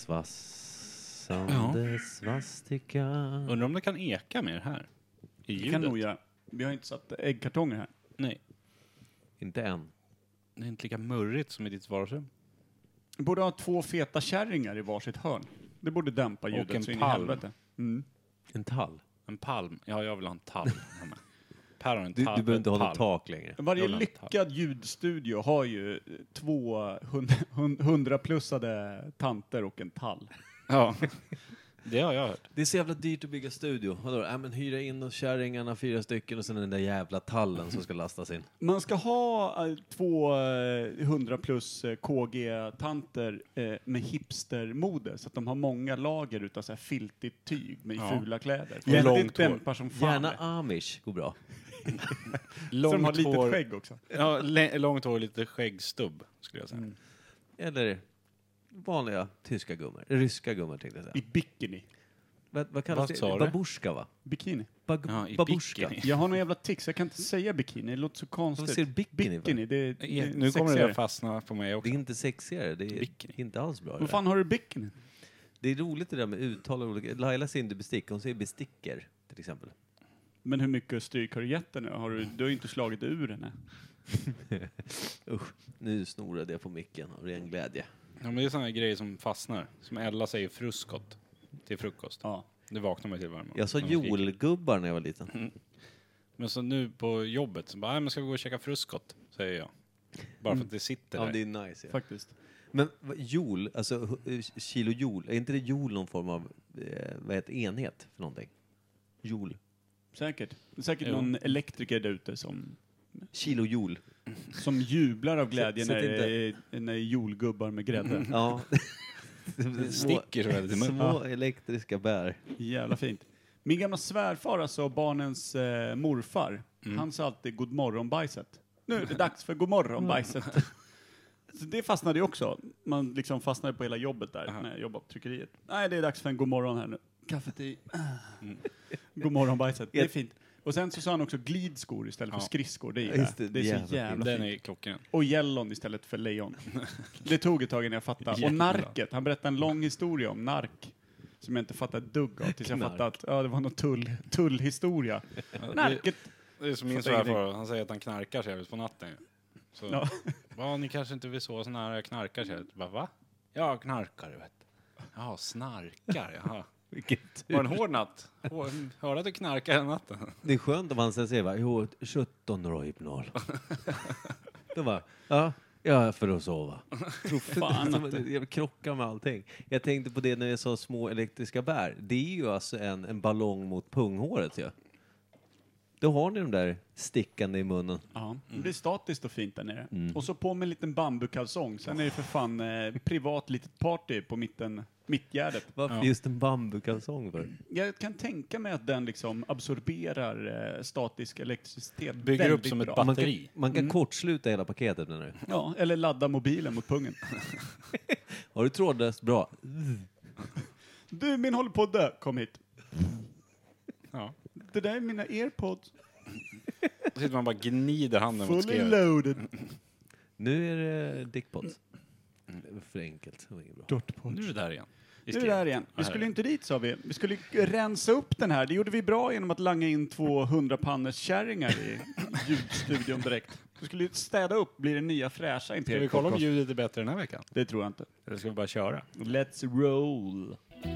Svassande svastika. Undrar om det kan eka mer här. I ljudet. Det kan nog göra. Vi har inte satt äggkartonger här. Nej. Inte än. Det är inte lika murrigt som i ditt vardagsrum. Vi borde ha 2 feta kärringar i varsitt hörn. Det borde dämpa ljudet en så in i palm. helvete. Mm. En tall. En palm. Ja, jag vill ha en tall hemma. Per har en Du tall. behöver inte ha något palm. tak längre. Varje Jag vill ha en lyckad ljudstudio har ju 2 100-plussade tanter och en tall. Ja, det har jag hört. Det är så jävla dyrt att bygga studio. Vadå? Men hyra in och kärringarna 4 stycken och sen den där jävla tallen som ska lastas in. Man ska ha 2 100+ KG-tanter med hipstermode så att de har många lager utav så här filtigt tyg med fula kläder. Och Det långt hår. dämpar som fan. Gärna amish går bra. Så de har Långt litet hår. skägg också. Ja, långt hår och lite skäggstubb, skulle jag säga. Eller vanliga tyska gummor. Ryska gummor tänkte jag säga. I bikini. Vad kallas Vad det? sa du? Babushka va? Bikini. Ja, i Babushka. bikini. Jag har någon jävla tics, jag kan inte säga bikini, det låter så konstigt. Vad ser bikini för? Bikini, det är Nu kommer det sexigare. där fastna på mig Det också. är inte sexigare. Det är Bikini. inte alls bra. Vad fan har du bikini? Det är roligt det där med uttal och olika. Laila säger inte bestick, hon säger besticker till exempel. Men hur mycket stryk har du gett den nu? Du har ju inte slagit ur henne. Usch, nu snorade jag på micken av ren glädje. Ja, men det är såna här grejer som fastnar. Som Ella säger fruskot till frukost. Ja. Det vaknar man till varje morgon. Jag sa När de skriker. jolgubbar när jag var liten. Men så nu på jobbet så bara, men ska vi gå och käka fruskot? Säger jag. Bara för att det sitter Ja, där. det är nice. Ja. Faktiskt. Men jol, alltså kilo jol, är inte det jol någon form av vad heter enhet för någonting? Jol. Säkert. Säkert Jo. någon elektriker där ute som Kilo jol. jublar av glädje Så när att det är jolgubbar med grädde. Ja. Det sticker så väldigt i munnen. Små elektriska bär. Jävla fint. Min gamla svärfar, alltså barnens morfar, han sa alltid god morgon bajset. Nu är det dags för god morgon bajset. Så det fastnade ju också. Man liksom fastnade på hela jobbet där när jag jobbade på tryckeriet. Nej, det är dags för en god morgon här nu. Kaffet i. God morgon bajset. Det är fint. Och sen så sa han också glidskor istället för skridskor. Det är, Just det, det är jävla så jävla Den fint. är klockren. Och gällon istället för lejon. Det tog ett tag innan jag fattade. Och Jättebra. narket. Han berättade en lång historia om nark. Som jag inte fattade ett dugg av. Tills jag Knark. fattade att det var någon tullhistoria. Narket. Det är som min Fattar svärfar, han säger att han knarkar sig på natten. Så, Ja. ja, ni kanske inte vill sova så nära jag knarkar sig. Bara, va? Ja, knarkar, du vet. Ja, snarkar, jaha. Var det en hård natt? Hörde att du knarkar hela natten? Det är skönt om han sen säger va, jo, 17 Rohypnol. Då bara, ja, för att sova. fan att Jag krockar med allting. Jag tänkte på det när jag sa små elektriska bär. Det är ju alltså en ballong mot punghåret, ja. Då har ni de där stickande i munnen. Ja, det blir statiskt och fint där nere. Och så på med en liten bambukalsong. Sen är det för fan privat litet party på mittgärdet. Varför just en bambukalsong för? Jag kan tänka mig att den liksom absorberar statisk elektricitet Bygger upp väldigt som ett bra. batteri. Man kan kortsluta hela paketet nu. Ja, eller ladda mobilen mot pungen. Har du trådlöst bra? Du, min håller på att dö. Kom hit. Ja. Det där är mina airpods. Då sitter man bara gnider handen mot Fully skrevet. loaded. Nu är det dickpods. För enkelt. Det var inget bra. Nu är det där igen. Nu är det där igen. Vi skulle inte dit, sa vi. Vi skulle rensa upp den här. Det gjorde vi bra genom att langa in 200 panners kärringar i ljudstudion direkt. Vi skulle städa upp, blir det nya fräscha Ska vi Imperiet kolla om Podcast. ljudet är bättre den här veckan? Det tror jag inte. Eller ska vi bara köra? Let's roll.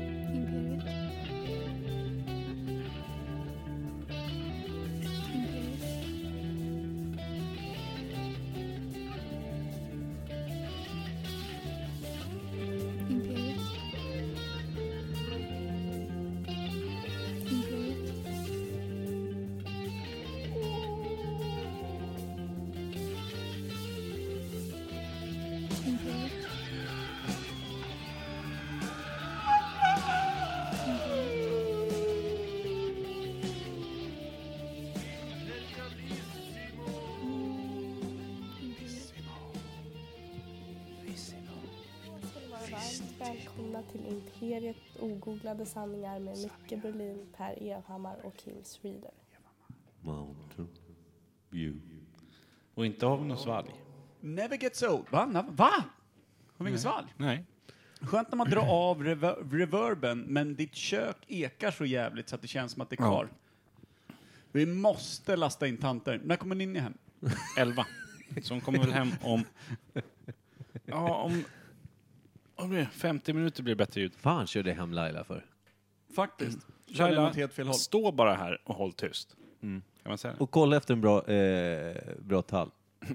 Varmt välkomna till Imperiet ogooglade sanningar med Micke Berlin, Per Evhammar och Kim Reader. Mountain view. Och inte har vi någon svalg. Never gets old. Va? Va? Har vi ingen svalg? Nej. Skönt när man drar av reverben, men ditt kök ekar så jävligt så att det känns som att det är kvar. Vi måste lasta in tanter. När kommer Ninni hem? 11. Så hon kommer väl hem om... Ja, om det är 50 minuter blir det bättre ljud. Fan kör det hem Laila för. Faktiskt. Laila, åt helt fel håll. stå bara här och håll tyst. Kan man säga det? Och kolla efter en bra tall.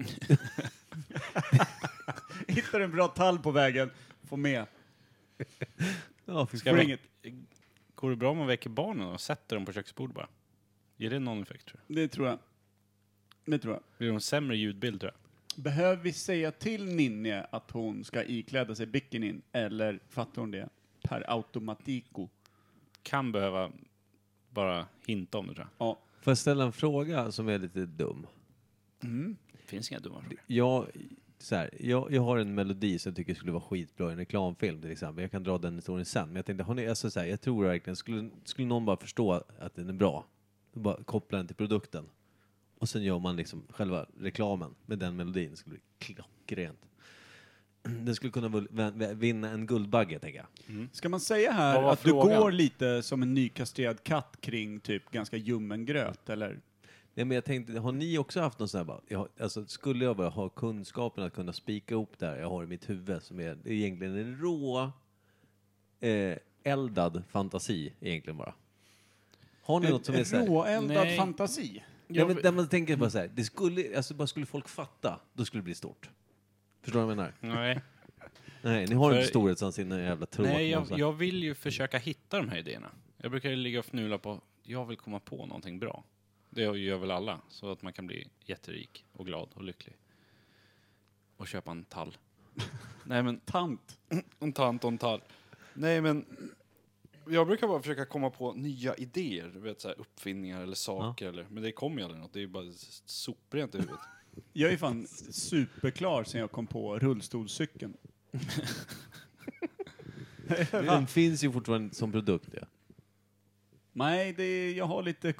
Hittar en bra tall på vägen, få med. Ja, Ska vi, går det bra om man väcker barnen och sätter dem på köksbordet bara? Ger det någon effekt tror jag? Det tror jag. Blir det en sämre ljudbild tror jag? Behöver vi säga till Ninni att hon ska ikläda sig bikinin, eller fattar hon det per automatiko? Kan behöva bara hinta om det tror jag. Ja. Får jag ställa en fråga som är lite dum? Det finns inga dumma frågor. Jag har en melodi som jag tycker skulle vara skitbra i en reklamfilm till exempel. Jag kan dra den historien sen. Men jag tänkte, jag tror verkligen, skulle någon bara förstå att den är bra, då bara koppla den till produkten. Och sen gör man liksom själva reklamen med den melodin. Det skulle bli klockrent. Den skulle kunna vinna en Guldbagge, tänker jag. Ska man säga här att du går lite som en nykastrerad katt kring typ ganska ljummen gröt, eller? Nej, men jag tänkte, har ni också haft någon sån här bara, skulle jag bara ha kunskapen att kunna spika upp där jag har i mitt huvud som är egentligen en rå eldad fantasi egentligen bara. Har ni något som är så här? Råeldad fantasi? Ja, men där man tänker bara så här, det skulle, bara skulle folk fatta, då skulle det bli stort. Förstår du vad jag menar? Nej. Nej, ni har inte storhetsansinne jävla tråk. Nej, jag vill ju försöka hitta de här idéerna. Jag brukar ju ligga och fnula på, jag vill komma på någonting bra. Det gör väl alla, så att man kan bli jätterik och glad och lycklig. Och köpa en tall. Nej men... Tant. En tant och en tall. Nej men... Jag brukar bara försöka komma på nya idéer, du vet, så här, uppfinningar eller saker. Eller, men det kommer ju aldrig något, det är ju bara soprent i huvudet. Jag är fan superklar sen jag kom på rullstolscykeln. Den finns ju fortfarande som produkt, ja. Nej, jag har lite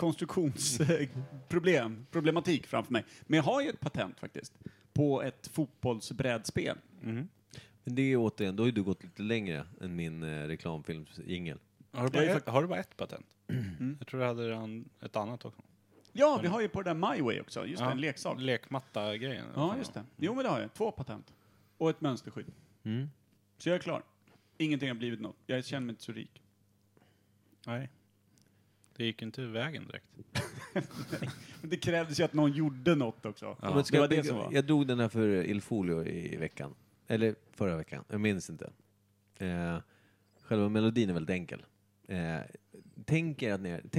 problematik framför mig. Men jag har ju ett patent faktiskt på ett fotbollsbrädspel. Mm. Men det är återigen, då har ju du gått lite längre än min reklamfilmsjingel. Har du bara ett patent? Jag tror du hade ett annat också. Ja, vi har ju på det där My Way också. Just Ja, en leksak. Lekmatta-grejen. Ja, just det. Jo, men det har jag. 2 patent. Och ett mönsterskydd. Så jag är klar. Ingenting har blivit något. Jag känner mig inte så rik. Nej. Det gick inte vägen direkt. Men det krävdes ju att någon gjorde något också. Ja. Men det var det som var. Jag drog den här för Ilfolio i veckan. Eller förra veckan. Jag minns inte. Själva melodin är väldigt enkel. Tänker att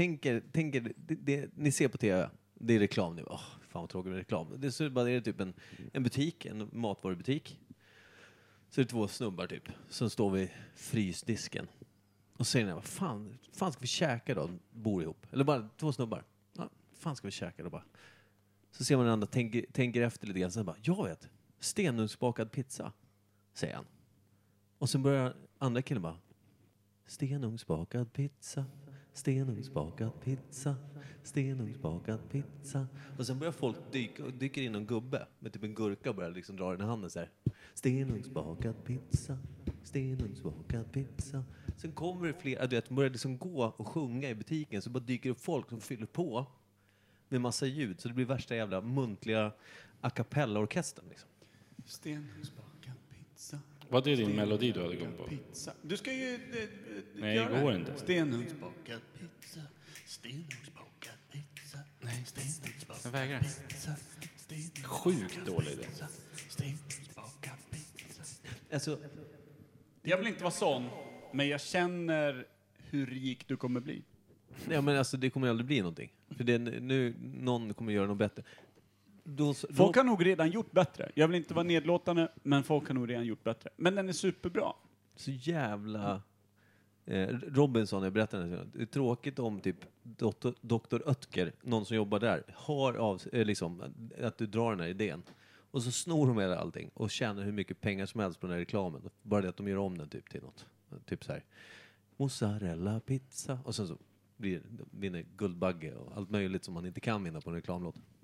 ni ser på tv. Det är reklam nu. Fan vad tråkigt med reklam. Det är typ en butik, en matvarubutik. Så det är 2 snubbar typ som står vid frysdisken. Och säger ni, vad fan ska vi käka då? Bor ihop. Eller bara 2 snubbar. Ja, fan ska vi käka då bara. Så ser man den andra, tänker efter lite grann. Sen bara, jag vet. Stenugnsbakad pizza. Säger han. Och sen börjar andra killen bara, stenugnsbakad pizza. Stenugnsbakad pizza. Stenugnsbakad pizza. Och sen börjar folk dyker in en gubbe med typ en gurka och börjar liksom dra den i handen så här. Stenugnsbakad pizza. Stenugnsbakad pizza. Sen kommer det fler, du vet, börjar liksom gå och sjunga i butiken, så bara dyker upp folk som fyller på med massa ljud, så det blir värsta jävla muntliga a cappella-orkestern liksom. Stenugnsbakad pizza. Vad är din melodi du hade gått på? Pizza. Du ska ju Nej, det går inte. Stenugnsbakad pizza. Stenugnsbakad pizza. Nej, stenugnsbakad jag vägrar. pizza. Sjukt dålig idé. Stenugnsbakad pizza. Alltså, Jag vill inte vara sån, men jag känner hur rik du kommer bli. ja, men alltså det kommer aldrig bli någonting. För nu någon kommer göra något bättre. Folk har nog redan gjort bättre. Jag vill inte vara nedlåtande, men folk har nog redan gjort bättre. Men den är superbra. Så jävla... Robinson, jag berättade det är tråkigt om typ Dr. Oetker, någon som jobbar där, har liksom att du drar den här idén. Och så snor de hela allting och tjänar hur mycket pengar som helst på den här reklamen. Bara det att de gör om den typ till något. Typ så här, mozzarella pizza. Och sen så vinner Guldbagge och allt möjligt som man inte kan vinna på en reklamlåt.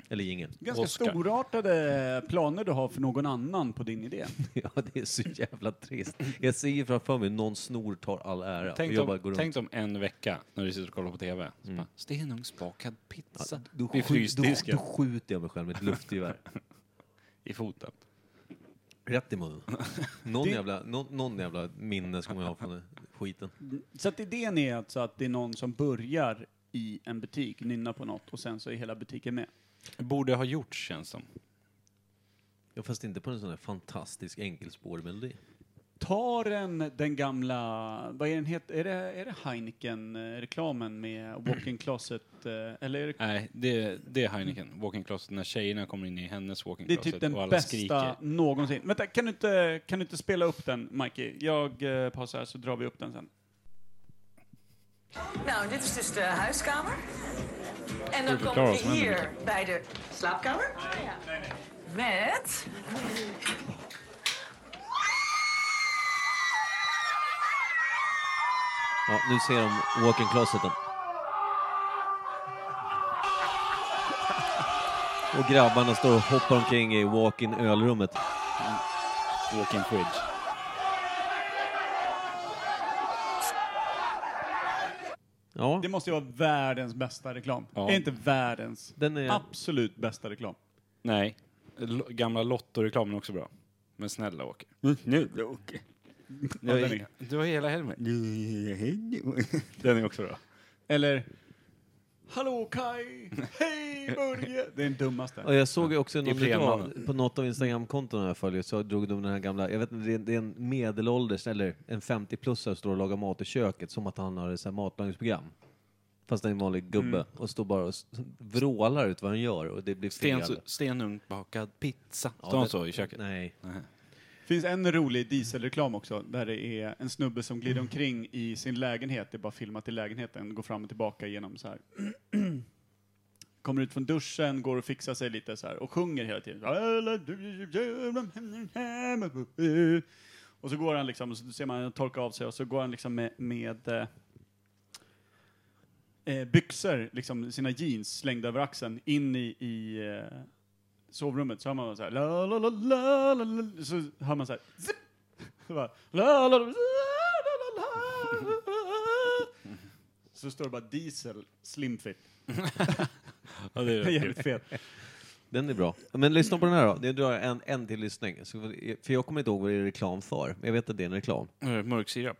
Eller ingen. Ganska Oscar. storartade planer du har för någon annan på din idé. Ja, det är så jävla trist. Jag ser ju framför mig någon snor tar all ära. och jag bara går runt. Tänk om en vecka när du sitter och kollar på TV. Så bara, stenugnsbakad pizza Då vid frysdisken då skjuter jag mig själv med ett luftgevär. i foten. Rätt i munnen. Någon jävla minne ska man ha från den skiten. Så att idén är alltså att det är någon som börjar i en butik, nynna på något och sen så är hela butiken med. Borde ha gjorts, känns som. Ja, fast inte på en sån här fantastisk enkelspårig melodi. Tar den gamla, vad är den heter? Är det Heineken-reklamen med Walk-in Closet? Eller är det, Nej, det är Heineken. Walk-in closet. När tjejerna kommer in i hennes walk-in det är closet typ den och alla bästa skriker. någonsin. Vänta, kan du inte spela upp den, Mikey? Jag pausar så drar vi upp den sen. Nou, dit is dus de huiskamer. En dan Goed kom verklaard, je man. hier bij de slaapkamer. Met... Ja, nu ser de walk-in closeten. Och grabbarna står och hoppar omkring i walk-in ölrummet. Walk-in fridge. Ja, Det måste ju vara världens bästa reklam. Ja. Är inte världens den är... absolut bästa reklam? Nej, gamla Lotto-reklamen är också bra. Men snälla Åke. Snälla Åke. Du har hela helgen. Den är också bra. Eller Hallå Kai! Hej Börje! Det är den dummaste. Och jag såg ju också någon Iprenmannen. idag, på något av Instagram-konton jag följer, så drog de den här gamla, jag vet inte, det är en medelålders eller en 50-plussare står och lagar mat i köket som att han har ett så här matlagningsprogram. Fast det är en vanlig gubbe och står bara och vrålar ut vad han gör och det blir fel. Stenugnsbakad pizza. Ja, Står han det- så i köket? Nej. Det finns en rolig dieselreklam också, där det är en snubbe som glider omkring i sin lägenhet. Det är bara filmat i lägenheten, går fram och tillbaka genom så här. Kommer ut från duschen, går och fixar sig lite så här och sjunger hela tiden. Och så går han liksom, och så ser man torka av sig och så går han liksom med byxor, liksom sina jeans slängda över axeln in i sovrummet. Så hör man så här, la la la la la la, så hör man så här, zip, så bara, la la la la la la. Så står det bara diesel slimfit. Ja, det Det är är jävligt fet. Den är bra. Men lyssna på den här då. Det drar jag en till lyssning. Så, för jag kommer inte ihåg vad det är reklam för. Men jag vet att det är en reklam. mörk sirap.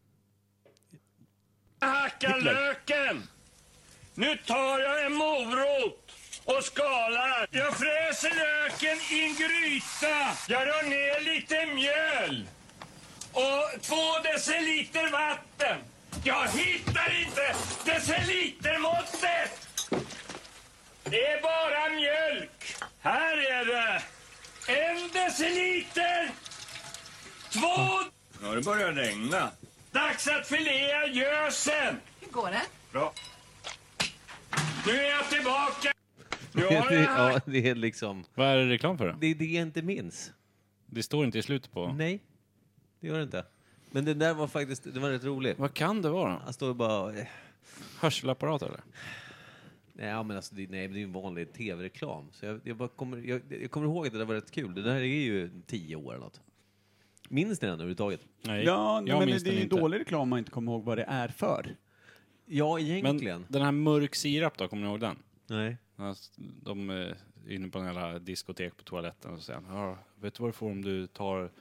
Hacka löken! Nu tar jag en morot och skalar. Jag fräser löken i en gryta. Jag rör ner lite mjöl och 2 deciliter vatten. Jag hittar inte decilitermåttet. Det är bara mjölk. Här är det. 1 deciliter. 2. Ja, det börjar regna. Dags att filea gösen. Hur går det? Bra. Nu är jag tillbaka. Nu har jag Ja, det är liksom... Vad är det reklam för då? Det är det jag inte minns. Det står inte i slutet på. Nej, det gör det inte. Men det där var faktiskt, det var rätt roligt. Vad kan det vara? Han står bara... Hörselapparat eller? Nej, men alltså, det är ju en vanlig tv-reklam. Så jag kommer ihåg att det där var rätt kul. Det där är ju 10 år eller något. Minns ni den överhuvudtaget? Nej, Ja, jag men minns det är den ju inte. dålig reklam om man inte kommer ihåg vad det är för. Ja, Men egentligen. den här mörk sirap då, kommer ni ihåg den? Nej. Alltså, de är inne på en jävla diskotek på toaletten och så säger han, ja, vet du vad du får om du tar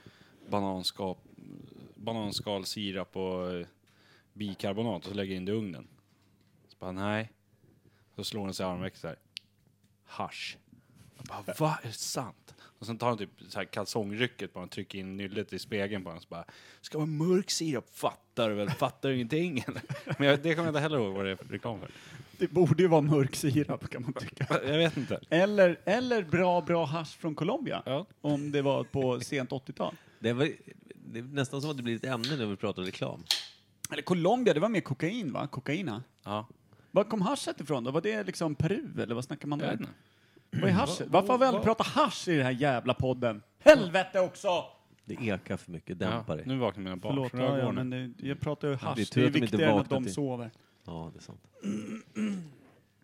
bananskal, sirap och bikarbonat och så lägger in det i ugnen? Så bara, nej. Så slår han sig i armvecket så här. Hasch. Jag bara, vad är det sant? Och sen tar han typ så här kalsongrycket på honom, trycker in nyllet i spegeln på honom och så bara, ska vara mörk sirap, fattar du väl? Fattar du ingenting eller? Men det kommer jag inte heller ihåg vad det är för reklam för. Det borde ju vara mörk sirap kan man tycka. Jag vet inte. Eller bra hasch från Colombia. Ja. Om det var på sent 80-tal. Det är nästan som att det blir ett ämne när vi pratar reklam. Eller Colombia, det var mer kokain va? Kokaina. Ja. Var kom haschet ifrån då? Var det liksom Peru eller vad snackar man Jag där? vet inte. Vad är haschet? Varför har vi aldrig pratat hasch i den här jävla podden? Helvete också! Det ekar för mycket, dämpa dig. Nu vaknar mina barn. Förlåt, Så jag går ja, nu. men jag pratar ju hasch. det är Det tur är att de inte viktigare än att vaknar de till. sover. Ja, det är sant.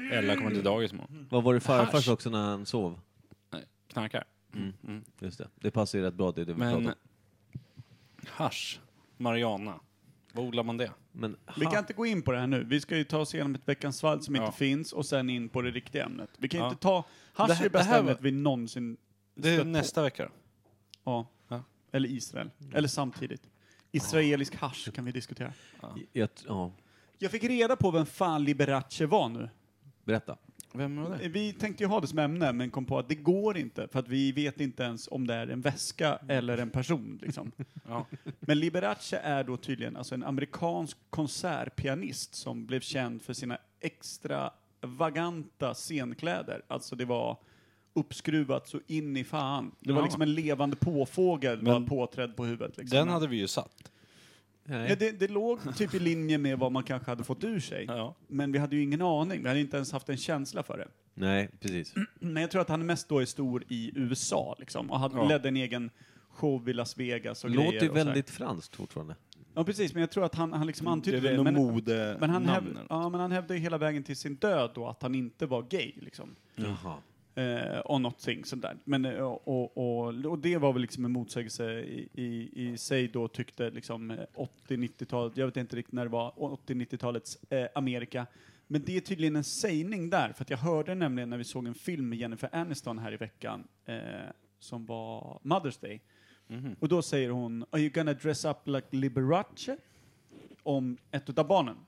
Ella kommer till dagis imorgon. Vad var det farfars Hasch. också när han sov? Nej, knarkar. Just det. Det passar ju rätt bra, det du pratar Men om. hasch, marijuana. Vad odlar man det? Men Vi kan inte gå in på det här nu. Vi ska ju ta oss igenom ett veckans svalg som Ja. inte finns och sen in på det riktiga ämnet. Vi kan Ja. inte ta... Hasch Det är här- det bästa det här ämnet var- vi någonsin Det är stött på. nästa vecka. Ja. Ja. Eller Israel. Eller samtidigt. Israelisk hasch kan vi diskutera. ja, Jag fick reda på vem fan Liberace var nu. berätta. Vem var det? Vi tänkte ju ha det som ämne, men kom på att det går inte. För att vi vet inte ens om det är en väska eller en person. Liksom. Ja. Men Liberace är då tydligen alltså en amerikansk konsertpianist som blev känd för sina extravaganta scenkläder. Alltså det var uppskruvat så in i fan. Det var Ja. liksom en levande påfågel var Men påträdd på huvudet. Liksom. Den hade vi ju satt. Nej. Ja, det låg typ i linje med vad man kanske hade fått ur sig. Ja. Men vi hade ju ingen aning. Vi hade inte ens haft en känsla för det. Nej, precis. Men jag tror att han mest då är stor i USA liksom. Och Ja. ledde en egen show i Las Vegas och Låter grejer. ju och så här. väldigt franskt fortfarande. Ja, precis. Men jag tror att han liksom antydde Det är väl det. något mode Men han, namn, men han hävdade hela vägen till sin död då att han inte var gay liksom. Jaha. Och någonting sånt där. Men, och det var väl liksom en motsägelse i sig då tyckte liksom 80-90-talet, jag vet inte riktigt när det var, 80-90-talets Amerika. Men det är tydligen en sägning där, för att jag hörde nämligen när vi såg en film med Jennifer Aniston här i veckan som var Mother's Day. Och då säger hon, "Are you gonna dress up like Liberace?" om ett utav barnen.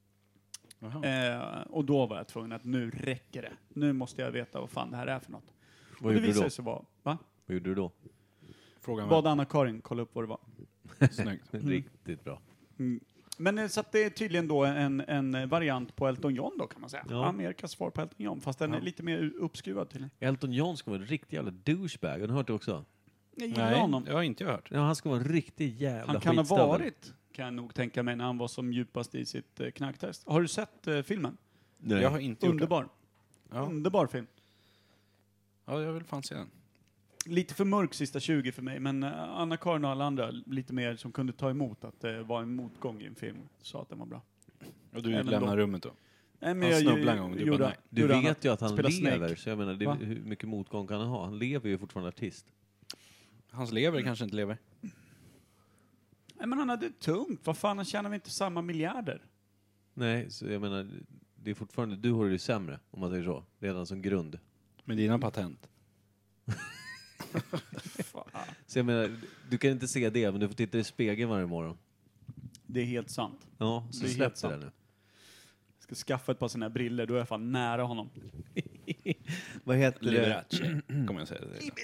Och då var jag tvungen att nu räcker det. Nu måste jag veta vad fan det här är för något. Vad Och det gjorde du visade då? sig vara, va? Vad gjorde du då? Frågan Bad var Anna-Karin kolla upp vad det var. snyggt. Riktigt bra. Men så att det är tydligen då en variant på Elton John då kan man säga. Ja. Amerikas svar på Elton John, fast den är lite mer uppskruvad tydligen. Elton John ska vara en riktig jävla douchebag. Har ni hört det också? Jag gillar Nej, honom. det har inte jag hört. Ja, han ska vara en riktig jävla Han kan ha skitstövel. varit, kan jag nog tänka mig, när han var som djupast i sitt knarktest. Har du sett filmen? Nej. Jag har inte gjort Underbar. Ja. Underbar film. det. Ja, jag vill fan se den. Lite för mörk sista 20 för mig, men Anna-Karin och alla andra lite mer som kunde ta emot att det var en motgång i en film sa att den var bra. Och du Även lämnar då. rummet då? Nej, men Han jag snubblade en gång, du bara nej. Du vet ju att han spela lever, Snake. så jag menar, Va? hur mycket motgång kan han ha? Han lever ju fortfarande artist. Hans lever kanske inte lever. Nej, men han hade det tungt. Vad fan, han tjänar väl inte samma miljarder? Nej, så jag menar, det är fortfarande, du har det ju sämre, om man säger så. Redan som grund. Med dina patent. Så jag menar, du kan inte se det, men du får titta i spegeln varje morgon. Det är helt sant. Ja, så Det är helt släpp det sant. där nu. Jag ska skaffa ett par såna här briller, då är jag fan nära honom. Vad heter det? Liberace, kommer jag säga.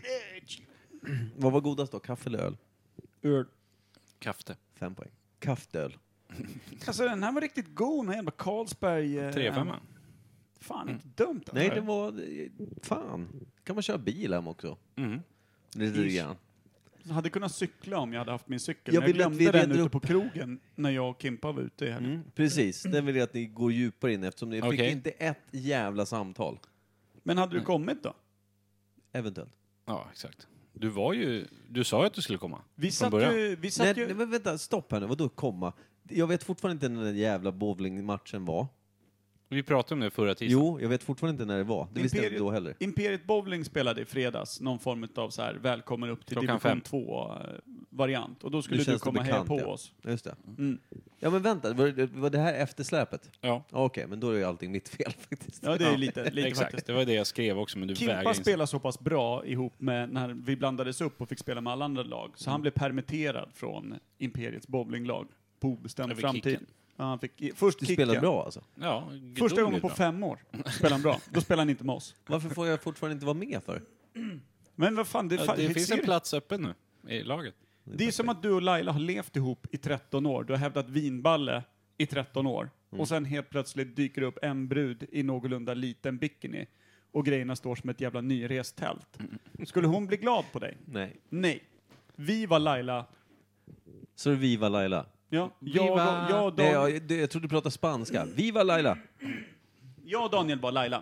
Vad var godast då? Kaffe eller öl? Öl. Kafte. 5 poäng. Kaftöl. Alltså den här var riktigt god, den här jävla Carlsberg. 3-5. Fan, inte dumt alltså. Nej, det var... Fan. Kan man köra bil hem också? Mm. Lite grann. Jag hade kunnat cykla om jag hade haft min cykel. Jag Jag vill att vi glömde den reder ute upp- på krogen när jag och Kimpa var ute i helgen. Mm, precis. Den vill jag att ni går djupare in eftersom ni fick Okej. inte ett jävla samtal. Men hade du kommit då? Eventuellt. Ja, exakt. Du sa ju att du skulle komma. Vi Från satt början. ju... Vi satt Nej, ju men vänta, stopp här nu. Vadå komma? Jag vet fortfarande inte när den jävla bowlingmatchen var. Vi pratade om det förra tisdagen. Jo, jag vet fortfarande inte när det var. Det visste jag inte då heller. Imperiet Bowling spelade i fredags någon form av så här välkommen upp till Klockan division 5. 2-variant. Och då skulle Nu du känns det komma heja bekant, på ja. oss. Just det. Mm. Ja, men vänta. Var det här eftersläpet? Ja, Okej, men då är ju allting mitt fel faktiskt. Ja, det är lite exakt. faktiskt. Det var det jag skrev också, men du vägrade Kimpa inse. spelade så pass bra ihop med när vi blandades upp och fick spela med alla andra lag. Så han blev permitterad från Imperiets bowlinglag på obestämd Över framtid. kicken. Ja, han fick först Du kicken. spelar bra alltså. Ja, Första gången gudomligt på bra. 5 år spelade han bra. Då spelade han inte med oss. Varför får jag fortfarande inte vara med för? Men vad fan, Ja, det finns ser en du? plats öppen nu i laget. Det är som att du och Laila har levt ihop i 13 år. Du har hävdat vinballe i 13 år. Och sen helt plötsligt dyker det upp en brud i någorlunda liten bikini. Och grejerna står som ett jävla nyrest tält. Skulle hon bli glad på dig? Nej. Nej. Vi var Laila. Så är det Viva Laila. Ja, Viva. Jag tror du pratar spanska. Viva Laila! jag och Daniel var Laila.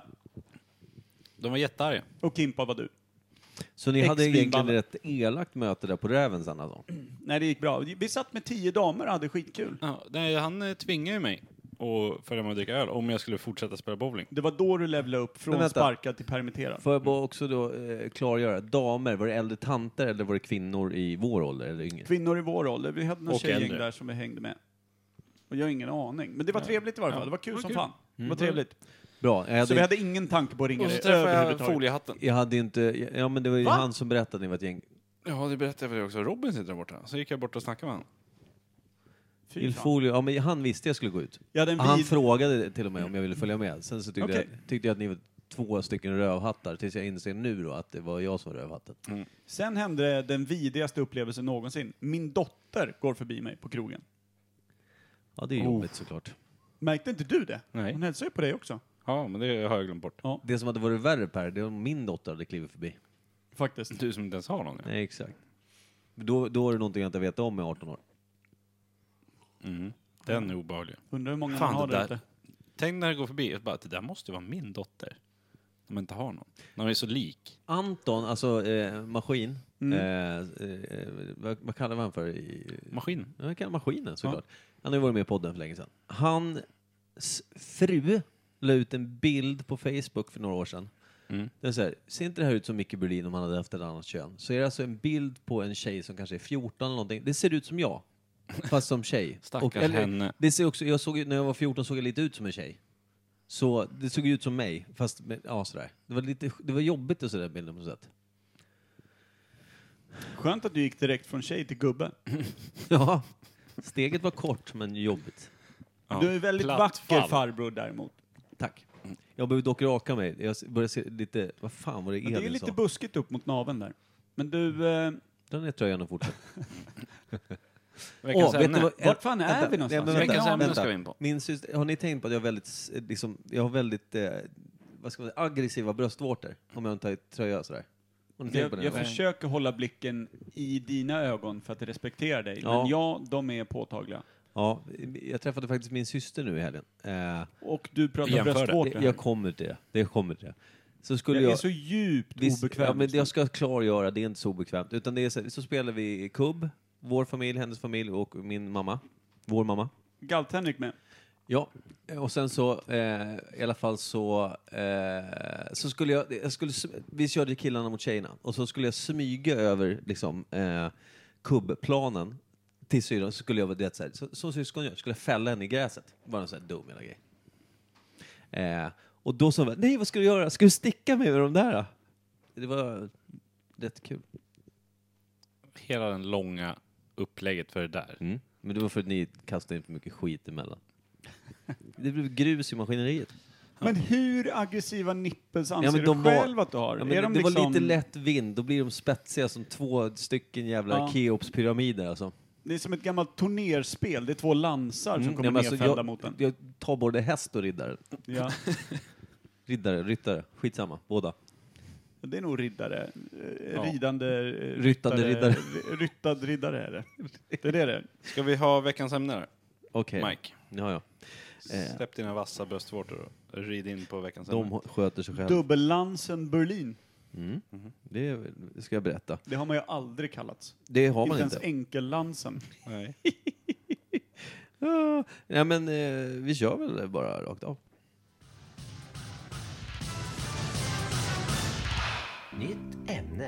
De var jättearga. Och Kimpa var du. Så ni hade egentligen Ex-vinballe. ett elakt möte där på Räven sen alltså? Nej, det gick bra. Vi satt med 10 damer och hade skitkul. Ja, nej, han tvingade ju mig och följa med och dricka öl om jag skulle fortsätta spela bowling. Det var då du levlade upp Men från vänta. sparkad till permitterad. Får jag bara också då klargöra, damer, var det äldre tanter eller var det kvinnor i vår ålder eller yngre? Kvinnor i vår ålder. Vi hade någon Och tjejgäng äldre. där som vi hängde med. Och jag har ingen aning. Men det var trevligt i varje fall. Det var kul som fan. Det var trevligt. Bra, Så vi hade ingen tanke på att ringa Och så dig träffade jag överhuvudtaget. foliehatten. Jag hade inte, ja men det var ju Va? han som berättade att ni var ett gäng. Ja, det berättade jag för dig också. Robin sitter där borta. Så gick jag bort och snackade med honom. Fy fan. Ilfolio, ja men han visste jag skulle gå ut. Jag hade en Han vid... frågade till och med om jag ville följa med. Sen så Okej. tyckte jag att ni var 2 stycken rövhattar, tills jag inser nu då att det var jag som var rövhatten. Sen hände den vidrigaste upplevelsen någonsin. Min dotter går förbi mig på krogen. Ja, det är jobbigt såklart. Märkte inte du det? Nej. Hon hälsade ju på dig också. Ja, men det har jag glömt bort. Det som hade varit värre Per, det var om min dotter hade klivit förbi. Faktiskt. Du som inte ens har någon. Ja. Nej, exakt. Då är det någonting jag inte vet om i 18 år. Mm. Den är obehaglig. Undrar hur många Fan, man har det där där- ute. Tänk när det går förbi, bara, det där måste vara min dotter. Om jag inte har någon. När de är så lik. Anton, alltså maskin. Mm. Vad kallar man för? Maskin. Ja, jag kallar maskinen såklart. Han har ju varit med i podden för länge sedan. Hans fru la ut en bild på Facebook för några år sedan. Mm. Det är så här, ser inte det här ut som Micke Berlin om han hade haft ett annat kön? Så är det alltså en bild på en tjej som kanske är 14 eller någonting. Det ser ut som jag, fast som tjej. Stackars henne. Det ser också, när jag var 14 såg jag lite ut som en tjej. Så det såg ut som mig, fast ja, sådär. Det var jobbigt att se den bilden på något sätt. Skönt att du gick direkt från tjej till gubbe. Ja, steget var kort men jobbigt. Ja. Du är väldigt Platt vacker fall. farbror däremot. Tack. Jag behöver dock raka mig. Jag börjar se lite, vad fan var det Men det är Edin lite sa? buskigt upp mot naveln där. Men du, Den är tröjan och fortsätt. Veckans Vet du ämne. vad- vart fan är vänta, vi någonstans? nej, men Veckans ämne vänta. ska vi in på. Min syster, har ni tänkt på att jag har väldigt, jag har väldigt, vad ska man säga, aggressiva bröstvårtor? Om jag inte har tröja sådär. Har ni tänkt på det? jag någon gång? försöker hålla blicken i dina ögon för att respektera dig. Ja. Men ja, de är påtagliga. Ja, jag träffade faktiskt min syster nu i helgen. Och du pratar Jämför det. bröstvårtor. Jag kommer till det. Det kommer till det. Så skulle Jag jag... är så djupt Visst, obekväm. ja, men jag ska klargöra, det är inte så obekvämt. Utan det är så spelar vi kubb, vår familj, hennes familj och min mamma. Vår mamma. Galt-Henrik med. Ja, och sen så i alla fall så skulle vi körde killarna mot tjejerna och så skulle jag smyga över liksom kubbplanen till syrran, så skulle jag vara det så här, så syskon gör, skulle jag fälla henne i gräset. Bara en sån här dum hela grej. Och då sa jag, nej vad ska du göra? Ska du sticka mig med de där då? Det var rätt kul. Hela den långa upplägget för det där. Mm. Men det var för att ni kastade in för mycket skit emellan. Det blev grus i maskineriet. Men hur aggressiva nippels anser men du de var- själv att du har? Ja, är men de det liksom... var lite lätt vind, då blir de spetsiga som 2 stycken jävla Ja. Keopspyramider alltså. Det är som ett gammalt turnerspel. Det är 2 lansar som kommer Nej, men alltså, nedfällda mot en. jag tar både häst och riddare. Ja. Ryttare, skitsamma, båda. Det är nog riddare. Ja. Ridande... Ryttade riddare. Ryttad riddare är det. Det är det det är. Ska vi ha veckans ämne där? Okej. Mike, Ja. släpp dina vassa bröstvårtor och rid in på veckans ämne. De sköter sig själva. Dubbellansen Berlin. Det ska jag berätta. Det har man ju aldrig kallats. Det har Inte man ens inte. enkellansen. Nej. Ja, men vi kör väl bara rakt av. Nytt ämne.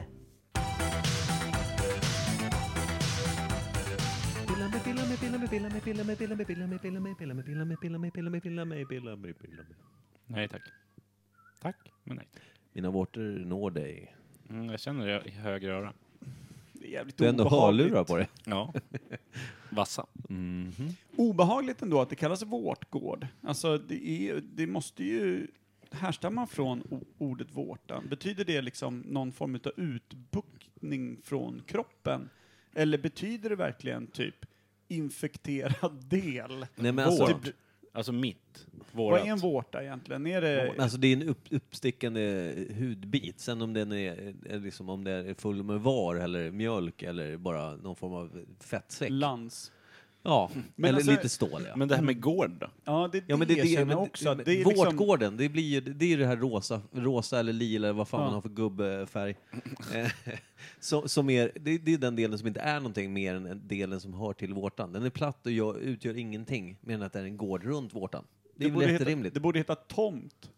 Nej tack. Tack, men nej. Mina vårtor når dig. Jag känner det i höger öra. Det är jävligt Du har ändå obehagligt. hörlurar på dig. Ja. Vassa. Obehagligt ändå att det kallas vårtgård. Alltså det måste ju härstamma från ordet vårta. Betyder det liksom någon form av utbuktning från kroppen? Eller betyder det verkligen typ infekterad del? Nej, men alltså, Vårt. Alltså mitt. Vad Vårat. är en vårta egentligen? Är det... alltså det är en uppstickande hudbit. Sen om den är liksom, om det är full med var eller mjölk eller bara någon form av fettsäck. Lans. Ja, Men eller alltså- lite stål, ja. Men det här med gård då? Ja, det Ja, men det känner jag också. Det är liksom, vårtgården, det blir ju det är det här rosa eller lila eller vad fan Ja. man har för gubbfärg. Som är, det är den delen som inte är någonting mer än den delen som hör till vårtan. Den är platt och utgör ingenting mer än att det är en gård runt vårtan. Det är väl jätterimligt. det borde heta tomt.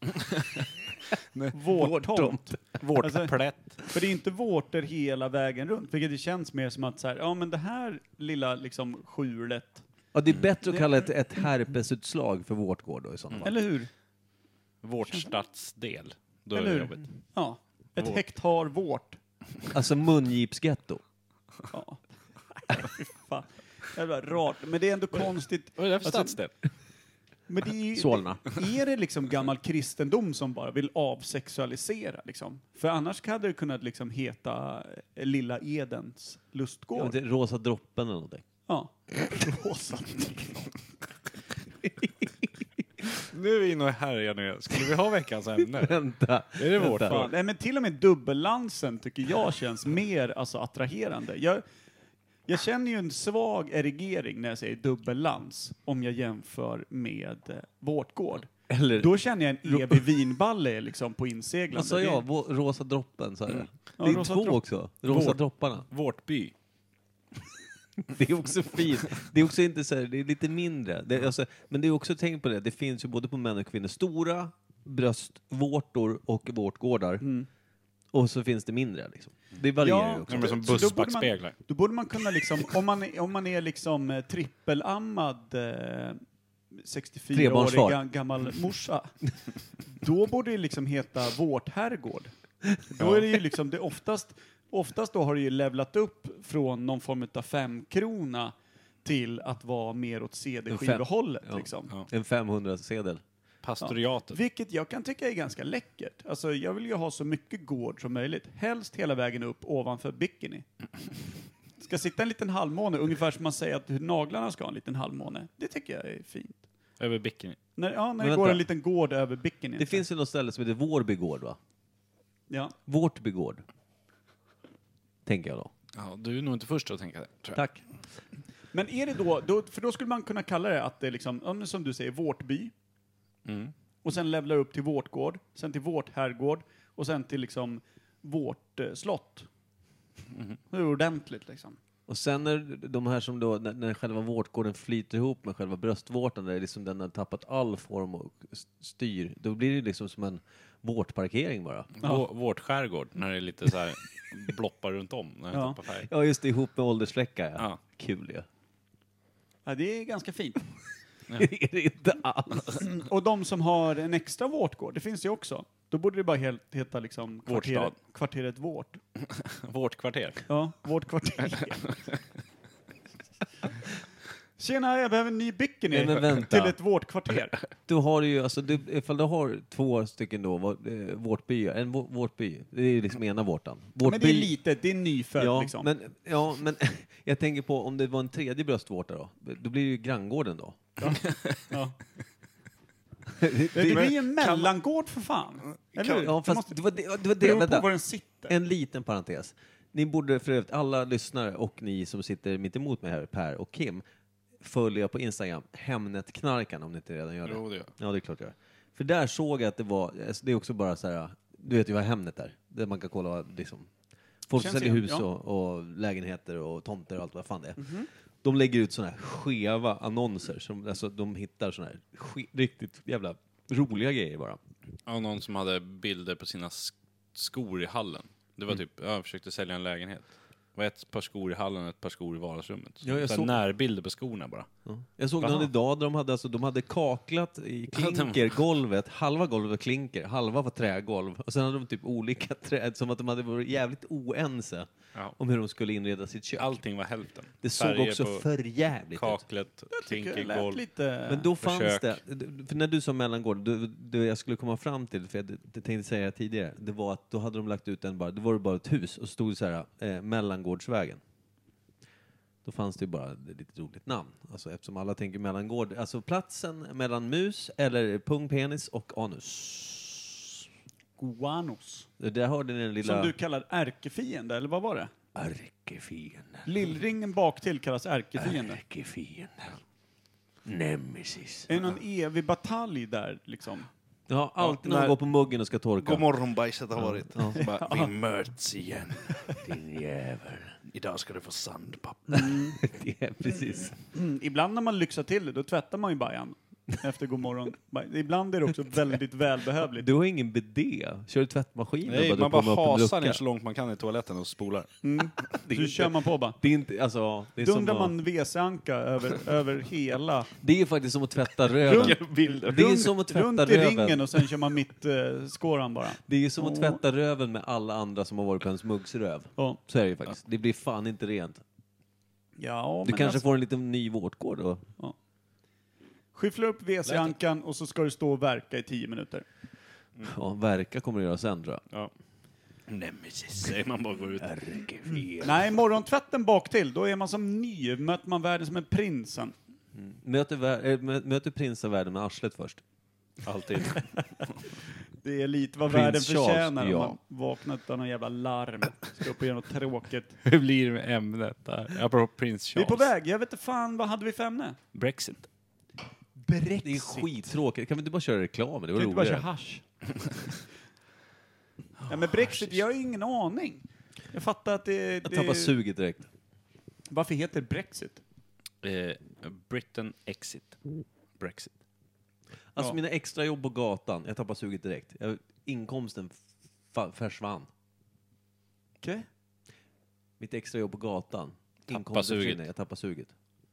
Vårtomt. Vårtplätt. För det är inte vårtor hela vägen runt, vilket det känns mer som att så här, ja men det här lilla liksom skjulet, Ja, det är bättre att kalla ett herpesutslag för vårtgård då i sådana fall. eller hur? Vårtstadsdel. Då är Eller det hur? jobbigt. Ja, ett Vårt. hektar vårt. Alltså mungipsgetto. Ja. Fy fan. Jävla rart, men det är ändå konstigt. Vad är det för Alltså, stadsdel? Men det är, ju- Solna. är det liksom gammal kristendom som bara vill avsexualisera liksom? För annars hade det kunnat liksom heta Lilla Edens Ja, lustgård. det är rosa droppen eller någonting. Ja. Rosa. Nu är vi inne och härjar nu. Skulle vi ha veckans ämne? Vänta. Är det vårt? Fan. Nej, men till och med dubbellansen tycker jag känns mer alltså, attraherande. Jag känner ju en svag erigering när jag säger dubbellans om jag jämför med vårtgård. Eller, Då känner jag en evig vinballe liksom, på inseglande. vad sa jag? Rosa droppen, sa jag. Ja, Det är rosa två dropp. också. Rosa Vårt. dropparna. Vårtby. Det är också fint. Det är också inte så här, det är lite mindre. Det är alltså, men det är också, tänk på det finns ju både på män och kvinnor stora bröstvårtor och vårtgårdar. Och så finns det mindre liksom. Det varierar ju också. Ja, men som Så då borde bussbackspeglar. Då borde man kunna liksom, om man är liksom trippelammad 64-årig Trebarnsfar. gammal morsa, då borde det liksom heta vårtherrgård. Då är det ju liksom, det oftast då har det ju levlat upp från någon form av 5-krona till att vara mer åt CD-skivehållet Ja. liksom. Ja. En 500-sedel. Pastoriatet. Vilket jag kan tycka är ganska läckert. Alltså jag vill ju ha så mycket gård som möjligt. Helst hela vägen upp ovanför bikini. Ska sitta en liten halvmåne, ungefär som man säger att hur naglarna ska ha en liten halvmåne. Det tycker jag är fint. Över bikini. När det Men går vänta. en liten gård över bikini. Det finns ju något ställe som heter Vårby gård, va? Ja. Vårtby gård. Tänker jag då. Ja, du är nog inte först att tänka det, tror jag. Tack. Men är det då, för då skulle man kunna kalla det att det är liksom, ja, men som du säger, vårtby. Mm. Och sen levlar upp till vårtgård, sen till vårtherrgård och sen till liksom vårtslott. Det är ordentligt liksom. Och sen när de här som då, när själva vårtgården flyter ihop med själva bröstvårtan, där liksom den har tappat all form och styr, då blir det liksom som en vårtparkering bara. Vårt skärgård, när det är lite så här bloppar runt om, när det Ja. tappar färg. Ja, just det, ihop med åldersfläckar, ja. Ja. Kul ju. Ja, det är ganska fint. Det är det inte alls. Och de som har en extra vårtgård, det finns ju också. Då borde det bara heta liksom Vårtstad. kvarteret vårt. Vårt kvarter. Ja, vårt kvarter. Tjena, jag behöver en ny bikini Nej, men vänta. till ett vårtkvarter. Du har ju, alltså, ifall du har 2 stycken då, vårtbyar, en vårtby, det är liksom ena vårtan. Men det är litet, det är nyfödd Ja, liksom. men jag tänker på om det var en tredje bröstvårta då blir det ju granngården då. Ja. det, Det blir ju en mellangård för fan. Eller hur? ja, Det fast måste det var det, bero på vänta. var den sitter. En liten parentes. Ni borde för övrigt, alla lyssnare och ni som sitter mitt emot mig här, Per och Kim, följa på Instagram, Hemnetknarkarna, om ni inte redan gör det. Jo, det gör. Ja, det är klart jag gör. För där såg jag att det var, alltså, det är också bara så här, du vet ju vad Hemnet är. Där man kan kolla liksom, folk som Känns säljer igen, hus ja. och lägenheter och tomter och allt vad fan det är. De lägger ut såna här skeva annonser, som, alltså de hittar såna här riktigt jävla roliga grejer bara. Ja, någon som hade bilder på sina skor i hallen. Det var typ, jag försökte sälja en lägenhet. Det var ett par skor i hallen och ett par skor i vardagsrummet. Ja, jag Så såg- närbilder på skorna bara. Ja. Jag såg Aha. någon idag där de hade kaklat i klinker golvet, halva golvet var klinker, halva var trägolv, och sen hade de typ olika träd, som att de hade varit jävligt oense Ja. om hur de skulle inreda sitt kök. Allting var hälften. Det såg Färger också på för jävligt ut. kaklet, Jag tycker det lät klinkergolv. lite... Men då fanns försök. det, för när du sa mellangård, det jag skulle komma fram till, för jag tänkte säga det tidigare, det var att då hade de lagt ut en bara, det var det bara ett hus, och stod så här, Mellangårdsvägen. Då fanns det ju bara ett lite roligt namn. Alltså eftersom alla tänker mellangård, alltså platsen mellan mus, eller pung, penis och anus. Guanos. Där hörde ni den lilla... Som du kallar ärkefiende, eller vad var det? Ärkefienden. Lillringen bak till kallas ärkefiende. Ärkefienden. Nemesis. Är det någon evig batalj där liksom? Ja, alltid när de går på muggen och ska torka. Godmorgonbajset har varit. Ja. Så bara, vi möts igen. Din jävel. Idag ska du få sandpapper. Det är precis. Ibland när man lyxar till det, då tvättar man ju bajan efter godmorgon. Ibland är det också väldigt välbehövligt. Du har ingen bidé. Kör du tvättmaskin? Nej, och man drar bara på med upp en hasar lucka? ner så långt man kan i toaletten och spolar. Så kör man på bara. Det är inte, alltså, det är som Dundrar att, man WC-anka över hela... det är faktiskt som att tvätta röven. Det är som att tvätta runt i ringen röven. och sen kör man mitt skåran bara. Det är som att tvätta röven med alla andra som har varit på ens muggsröv. Ja. Så är det ju faktiskt. Det blir fan inte rent. Ja, Du men kanske alltså, får en liten ny vårtgård då. skyffla upp WC-ankan och så ska du stå och verka i 10 minuter. Ja, verka kommer du göra sen tror jag. Ja. Nemesis, säger man bara går ut. Nej, morgontvätten bak till, då är man som ny. Möter man världen som en prinsen. Möter prinsavärlden med arslet först. Alltid. Det är lite vad Prins världen Charles, förtjänar om ja. man vaknar utan någon jävla larm. Ska upp och göra något tråkigt. Hur blir det med ämnet där? Apropå Prins Vi är Charles. på väg, jag vet inte fan, vad hade vi för ämne? Brexit. Det är skittråkigt. Kan vi inte bara köra reklam? Det var Kan inte bara köra roligare. hasch? Ja, men Brexit, jag har ju ingen aning. Jag fattar att Jag tappar suget direkt. Varför heter Brexit? Britain Exit. Brexit. Alltså Ja. mina extra jobb på gatan, jag tappar suget direkt. Inkomsten försvann. Okej. Mitt extra jobb på gatan. Tappa Inkomsten suget. försvinner, jag tappar suget.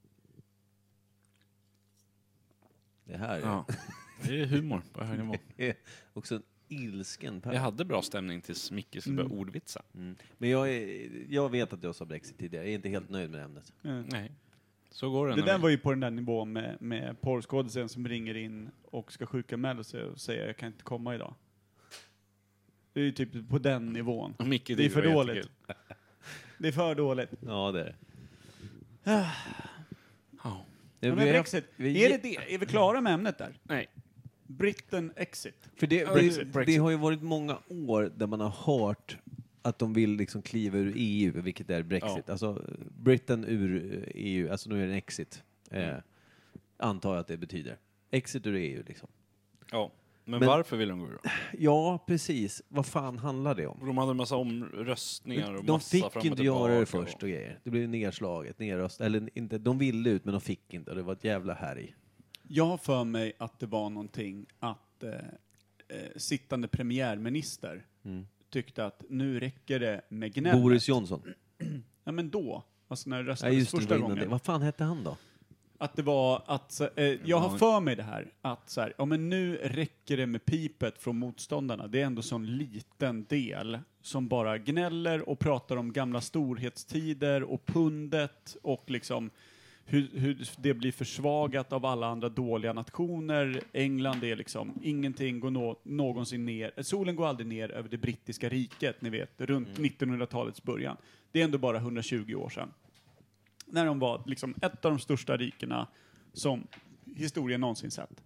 Det här Ja. Det är humor på hög nivå. är också en ilsken Jag hade bra stämning tills Micke skulle börja ordvitsa. Men jag vet att jag sa Brexit tidigare, jag är inte helt nöjd med ämnet. Nej. Så går det. Det när där vi- var ju på den där nivån med porrskådisen som ringer in och ska sjukanmäla sig och säger jag kan inte komma idag. Det är ju typ på den nivån. Och Micke Det är tyckte för var dåligt. jättekul. Det är för dåligt. Ja, det är det. Ja. Men Brexit, är vi klara med ämnet där? Nej. Britain Exit. För det Brexit. har ju varit många år där man har hört att de vill liksom kliva ur EU, vilket är Brexit. Ja. Alltså Britain ur EU, alltså nu är det en exit. Antar jag att det betyder. Exit ur EU liksom. Ja. Men Men- varför vill de gå ur då? Ja, precis. Vad fan handlar det om? De hade en massa omröstningar och De massa fick fram och inte göra det tillbaka först och grejer. Det blev nedslaget, nedröst. Eller inte, de ville ut men de fick inte och det var ett jävla härj. Jag har för mig att det var någonting att sittande premiärminister tyckte att nu räcker det med gnället. Boris Johnson. Ja, men då. Alltså när det Nej, röstades just det, det första var innan gången. det. Vad fan hette han då? Att det var att, jag har för mig det här, att så här, ja men nu räcker det med pipet från motståndarna. Det är ändå sån liten del som bara gnäller och pratar om gamla storhetstider och pundet och liksom hur det blir försvagat av alla andra dåliga nationer. England är liksom, ingenting går någonsin ner. Solen går aldrig ner över det brittiska riket, ni vet, runt 1900-talets början. Det är ändå bara 120 år sedan. När de var liksom ett av de största rikena som historien någonsin sett.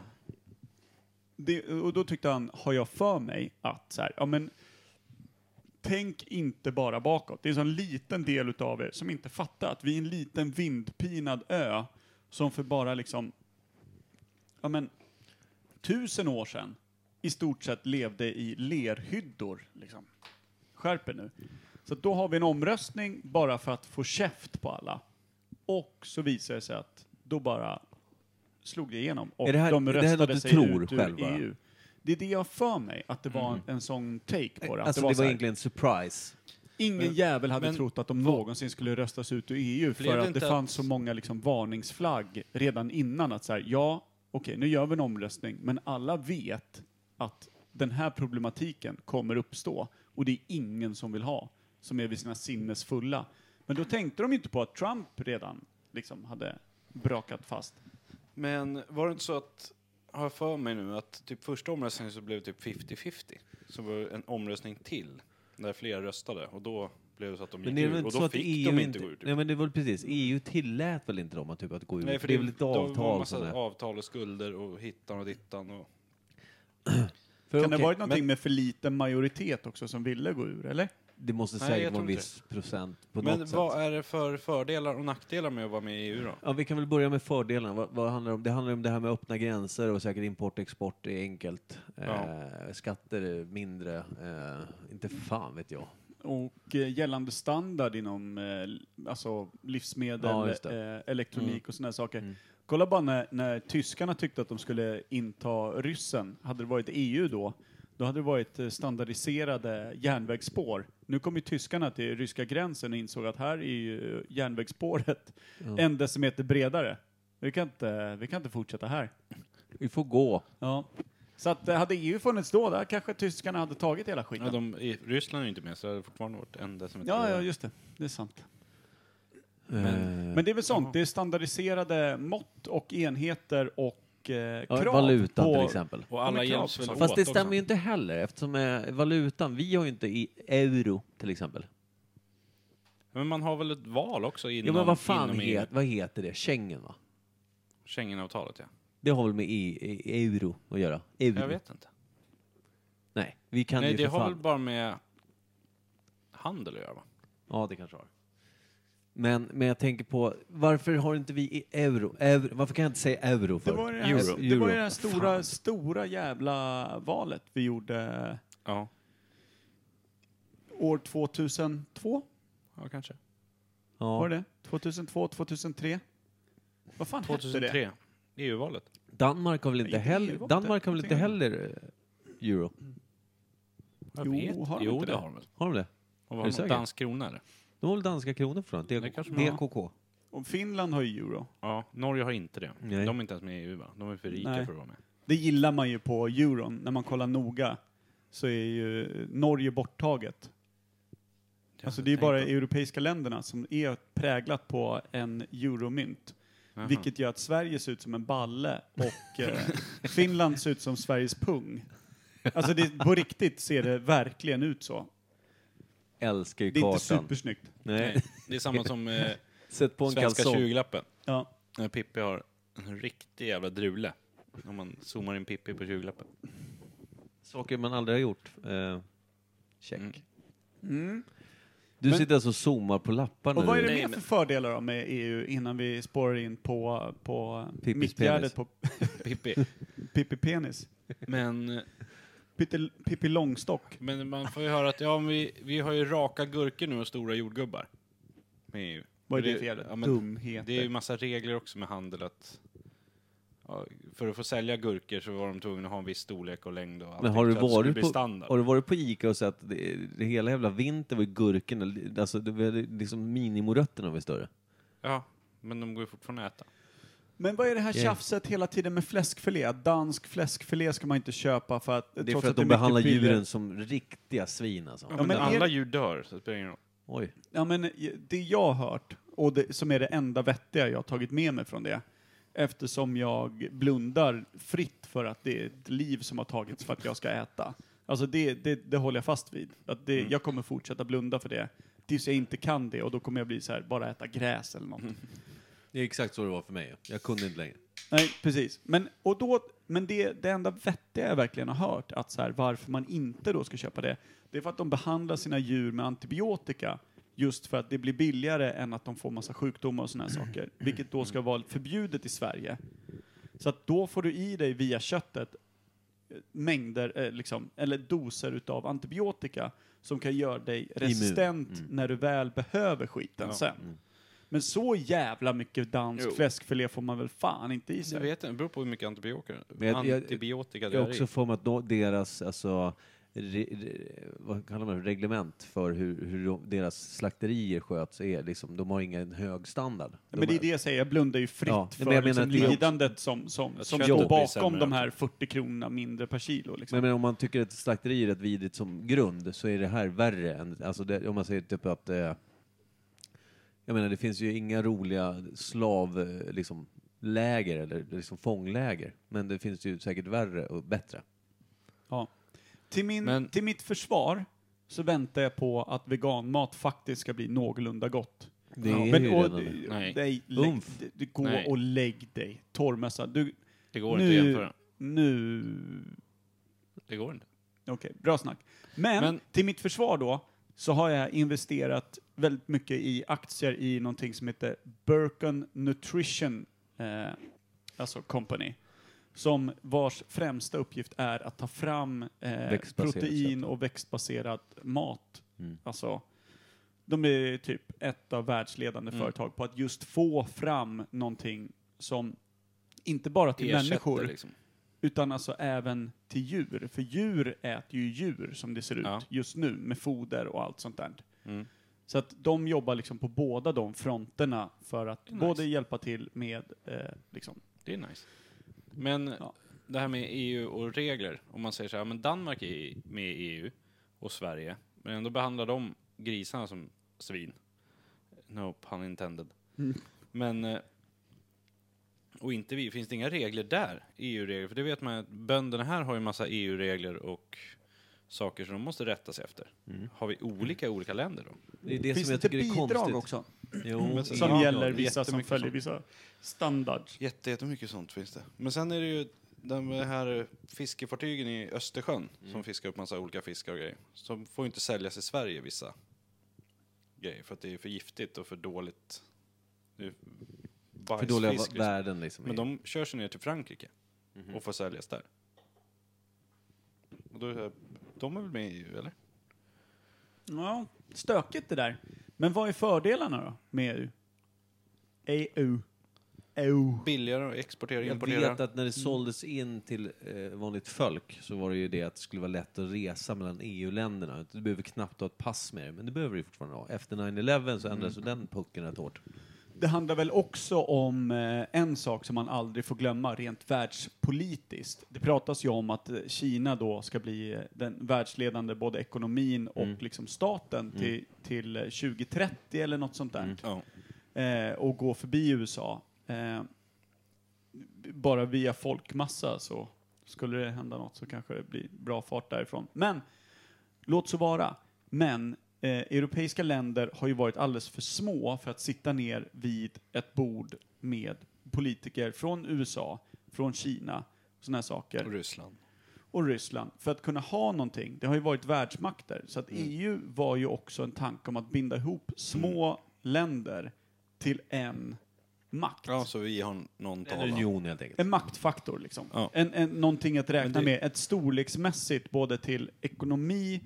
Och då tyckte han, har jag för mig, att så här, ja men tänk inte bara bakåt. Det är en sån liten del utav er som inte fattar att vi är en liten vindpinad ö som för bara liksom, ja men 1000 år sedan i stort sett levde i lerhyddor. Liksom. Skärp er nu. Så då har vi en omröstning bara för att få käft på alla. Och så visar det sig att då bara slog det igenom. Och Är det här- de är det här något röstade du sig tror ut ur själv bara? EU. Det är det jag har för mig, att det var en sån take på det. Att Alltså det var, det så var här, egentligen en surprise. ingen jävel hade men- trott att de någonsin skulle röstas ut ur EU. Blev För det att inte det att- fanns så många liksom varningsflagg redan innan. Att så här, ja, okej, nu gör vi en omröstning. Men alla vet att den här problematiken kommer uppstå. Och det är ingen som vill ha. Som är vid sina sinnes fulla. Men då tänkte de inte på att Trump redan liksom hade brakat fast. Men var det inte så att, har jag för mig nu, att typ första omröstningen så blev det typ 50-50. Så var det en omröstning till, där flera röstade. Och då blev det så att de gick Men det är väl ur. inte Och så då att fick EU de inte... inte gå ur. Typ. Nej men det var precis, EU tillät väl inte dem att, typ, att gå ur? Nej, för det är väl ett var en avtal massa som är... avtal och skulder och hittan och dittan. Och... För, Kan det okej, ha varit någonting men- med för liten majoritet också som ville gå ur, eller? Det måste Nej, säkert jag vara en tror viss procent på Men något vad sätt. är det för fördelar och nackdelar med att vara med i EU då? Ja, vi kan väl börja med fördelarna. Vad handlar det om? Det handlar om det här med öppna gränser och säkert import och export är enkelt. Skatter är mindre. Inte fan vet jag. Och gällande standard inom alltså livsmedel, Ja, just det. elektronik och såna här saker. Mm. Kolla bara när tyskarna tyckte att de skulle inta ryssen. Hade det varit EU då hade det varit standardiserade järnvägsspår. Nu kom ju tyskarna till ryska gränsen och insåg att här är ju järnvägsspåret en decimeter bredare. Vi kan inte fortsätta här. Vi får gå. Ja. Så att hade EU funnits då, där kanske tyskarna hade tagit hela skiten. Ja, Ryssland är ju inte med, så det hade fortfarande varit en decimeter. Ja, just det. Det är sant. Men det är väl sånt, det är standardiserade mått och enheter och krav valutan på... till exempel. Och alla krav hjälps på väl saker. åt Fast det också. stämmer ju inte heller eftersom valutan, vi har ju inte i euro till exempel. Men man har väl ett val också inom, Ja men vad fan inom EU. vad heter det? Schengen va? Schengenavtalet, ja. Det har väl med euro att göra? Euro. Jag vet inte. Nej, vi kan Nej, ju det för har fan. väl bara med handel att göra, va? Ja, det kanske har. Men jag tänker på, varför har inte vi i euro? Varför kan jag inte säga euro för? Det var ju det Euro. här, det var ju det här stora jävla valet vi gjorde Ja, år 2002. ja kanske. Var Ja. det 2002, 2003? Vad fan hette det? 2003. EU-valet. Danmark har väl inte Inte heller, EU, Danmark har väl inte någonting. heller euro? Jag Jo, vet. har de Jo, inte det det? har de väl. Har de det? Och Är vad du säker? dansk krona eller? De har väl danska kronor fortfarande? Det kanske de har. DKK. Och Finland har ju euro. Ja, Norge har inte det. Nej. De är inte ens med i EU, va? De är för rika Nej. för att vara med. Det gillar man ju på euron. När man kollar noga så är ju Norge borttaget. Alltså det är bara europeiska länderna som är präglat på en euromynt. Jaha. Vilket gör att Sverige ser ut som en balle och Finland ser ut som Sveriges pung. Alltså på riktigt ser det verkligen ut så. Älskar ju Det är inte kartan. supersnyggt. Nej. Nej, det är samma som Sätt på en svenska kalsong. 20-lappen. Ja. När Pippi har en riktig jävla drule. Om man zoomar in Pippi på 20-lappen. Saker man aldrig har gjort. Check. Mm. Du Men- sitter alltså och zoomar på lapparna. Och vad är det nu. mer för fördelar då med EU innan vi spårar in på Pippis mittgärdet på Pippi. Pippi Penis? Men Pippi Långstock. man får ju höra att ja, men vi har ju raka gurkor nu och stora jordgubbar. Med EU. Vad är det Det- för jävla ja, men dumheter? Det är ju massa regler också med handel att för att få sälja gurkor så var de tvungna att ha en viss storlek och längd och allting, Men har du så att det skulle varit bli på, standard. har du varit på Ica och sett det hela jävla vinter var ju gurkorna, alltså det var liksom minimorötterna var större. Ja, men de går ju fortfarande att äta. Men vad är det här Yeah. tjafset hela tiden med fläskfilé? Dansk fläskfilé ska man inte köpa för att... Det är trots för att de är behandlar mycket billigare. djuren som riktiga svin alltså. Ja, men men alla är- djur dör, så det spelar ingen roll. Oj. Ja, men det jag har hört, och det, som är det enda vettiga jag har tagit med mig från det, eftersom jag blundar fritt för att det är ett liv som har tagits för att jag ska äta. Alltså det håller jag fast vid. Att jag kommer fortsätta blunda för det tills jag inte kan det, och då kommer jag bli så här, bara äta gräs eller något. Det är exakt så det var för mig. Jag kunde inte längre. Nej, precis. Men det enda vettiga jag verkligen har hört, att så här, varför man inte då ska köpa det, det är för att de behandlar sina djur med antibiotika, just för att det blir billigare än att de får massa sjukdomar och såna här saker, vilket då ska vara förbjudet i Sverige. Så att då får du i dig via köttet mängder, eller doser utav antibiotika som kan göra dig resistent när du väl behöver skiten sen. Men så jävla mycket dansk Jo. fläskfilé får man väl fan inte i Jag sig. vet inte, det beror på hur mycket antibiotika Jag det har är också i. för mig att deras, alltså, vad kallar man det, reglement för hur deras slakterier sköts är liksom, de har ingen hög standard. Men det är det jag säger, jag blundar ju fritt Ja, för men jag menar liksom att det är lidandet som Att står köttet blir bakom sämre de här 40 kronorna mindre per kilo. Liksom. Men om man tycker att slakteri är rätt vidrigt som grund så är det här värre än, alltså det, om man säger typ att jag menar det finns ju inga roliga liksom läger eller liksom fångläger, men det finns ju säkert värre och bättre. Ja. Till Men- mitt försvar så väntar jag på att veganmat faktiskt ska bli någorlunda gott. Det är Men ju och, redan Nej. Umf. Gå Nej. och lägg dig, torrmössa. Det går inte att jämföra. Nu... Det går inte. Okej, bra snack. Men Men- till mitt försvar då, så har jag investerat väldigt mycket i aktier i någonting som heter Burcon Nutrition alltså company. Som vars främsta uppgift är att ta fram protein och växtbaserad mat. Alltså, de är typ ett av världsledande företag på att just få fram någonting som inte bara till människor liksom. utan alltså även till djur. För djur äter ju djur som det ser ut just nu med foder och allt sånt där. Så att de jobbar liksom på båda de fronterna för att både hjälpa till med liksom. Det är nice. Men det här med EU och regler, om man säger så här, men Danmark är med i EU och Sverige, men ändå behandlar de grisarna som svin. No pun intended. Men och inte vi, finns det inga regler där, EU-regler? För det vet man att bönderna här har ju massa EU-regler och saker som de måste rätta sig efter. Har vi olika länder då? Det är det Finns som jag det tycker är bidrag konstigt. också? Jo, Som gäller vissa som följer vissa standards. Jättemycket sånt finns det. Men sen är det ju de här fiskefartygen i Östersjön som fiskar upp massa olika fiskar och grejer. Som får inte säljas i Sverige, vissa grejer. För att det är för giftigt och för dåligt. Det är för dåliga bajsfisk, liksom. värden liksom. Men de kör sig ner till Frankrike och får säljas där. Och då, de är väl med i EU, eller? Ja, stökigt det där. Men vad är fördelarna då med EU? EU. Billigare att exportera och Jag importera. vet att när det såldes in till vanligt folk så var det ju det att det skulle vara lätt att resa mellan EU-länderna. Du behöver knappt ha ett pass med dig, men det behöver du fortfarande ha. Efter 9/11 så ändrades den pucken rätt hårt. Det handlar väl också om en sak som man aldrig får glömma rent världspolitiskt. Det pratas ju om att Kina då ska bli den världsledande både ekonomin och liksom staten till 2030 eller något sånt där. Och gå förbi USA. Bara via folkmassa så skulle det hända något så kanske det blir bra fart därifrån. Men, låt så vara. Men europeiska länder har ju varit alldeles för små för att sitta ner vid ett bord med politiker från USA, från Kina, sådana här saker. Och Ryssland. För att kunna ha någonting, det har ju varit världsmakter. Så att EU var ju också en tanke om att binda ihop små länder till en makt. Ja, så vi har någon En union helt enkelt. En maktfaktor liksom. Ja. Någonting att räkna med. Ett storleksmässigt både till ekonomi,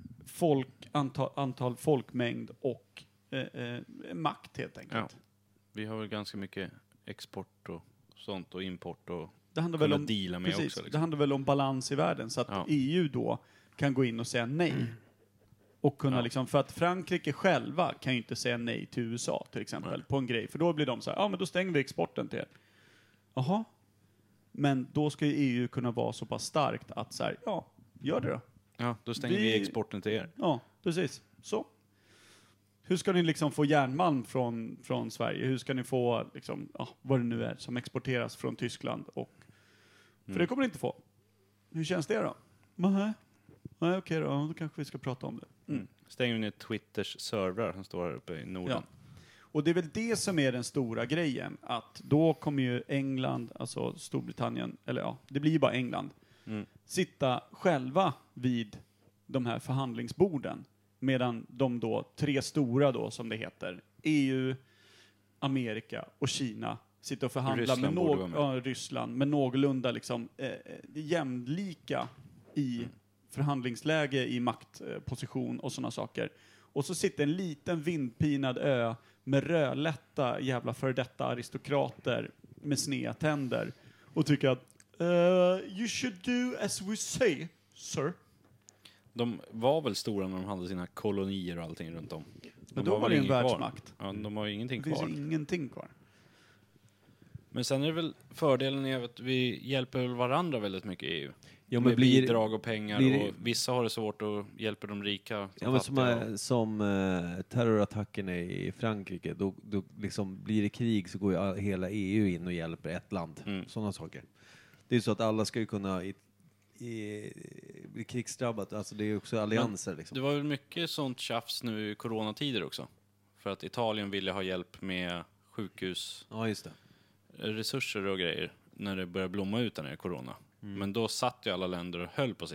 antal folkmängd och makt helt enkelt. Ja. Vi har väl ganska mycket export och sånt och import och Det handlar kunna väl om, deala med precis, också. Liksom. det handlar väl om balans i världen så att EU då kan gå in och säga nej. Och kunna liksom, för att Frankrike själva kan ju inte säga nej till USA till exempel på en grej. För då blir de så här, men då stänger vi exporten till er. Jaha. Men då ska ju EU kunna vara så pass starkt att så här, gör det då. Ja, då stänger vi exporten till er. Ja, precis. Så. Hur ska ni liksom få järnmalm från Sverige? Hur ska ni få liksom, vad det nu är som exporteras från Tyskland? För det kommer ni inte få. Hur känns det då? Nej, okej då kanske vi ska prata om det. Stänger vi ner Twitters servrar som står här uppe i Norden. Ja. Och det är väl det som är den stora grejen. Att då kommer ju England, alltså Storbritannien, eller det blir ju bara England, sitta själva vid de här förhandlingsborden. Medan de då, 3 stora då som det heter, EU, Amerika och Kina, sitter och förhandlar med Ryssland med någorlunda liksom, jämlika i förhandlingsläge, i maktposition och sådana saker. Och så sitter en liten vindpinad ö med rödlätta jävla före detta aristokrater med sneda tänder och tycker att you should do as we say, sir. De var väl stora när de hade sina kolonier och allting runt om. Men då var det en världsmakt. Ja, de har ju ingenting Det kvar. finns ingenting kvar. Men sen är det väl fördelen i att vi hjälper väl varandra väldigt mycket i EU. Ja, med bidrag och pengar och vissa har det svårt och hjälper de rika. Ja, men som terrorattacken i Frankrike, då liksom blir det krig så går ju hela EU in och hjälper ett land. Sådana saker. Det är så att alla ska ju kunna bli krigsdrabbat, alltså det är också allianser. Liksom. Det var väl mycket sånt tjafs nu i coronatider också. För att Italien ville ha hjälp med sjukhus. Ja, just det. Resurser och grejer när det började blomma ut där nere, corona. Men då satt ju alla länder och höll på sitt.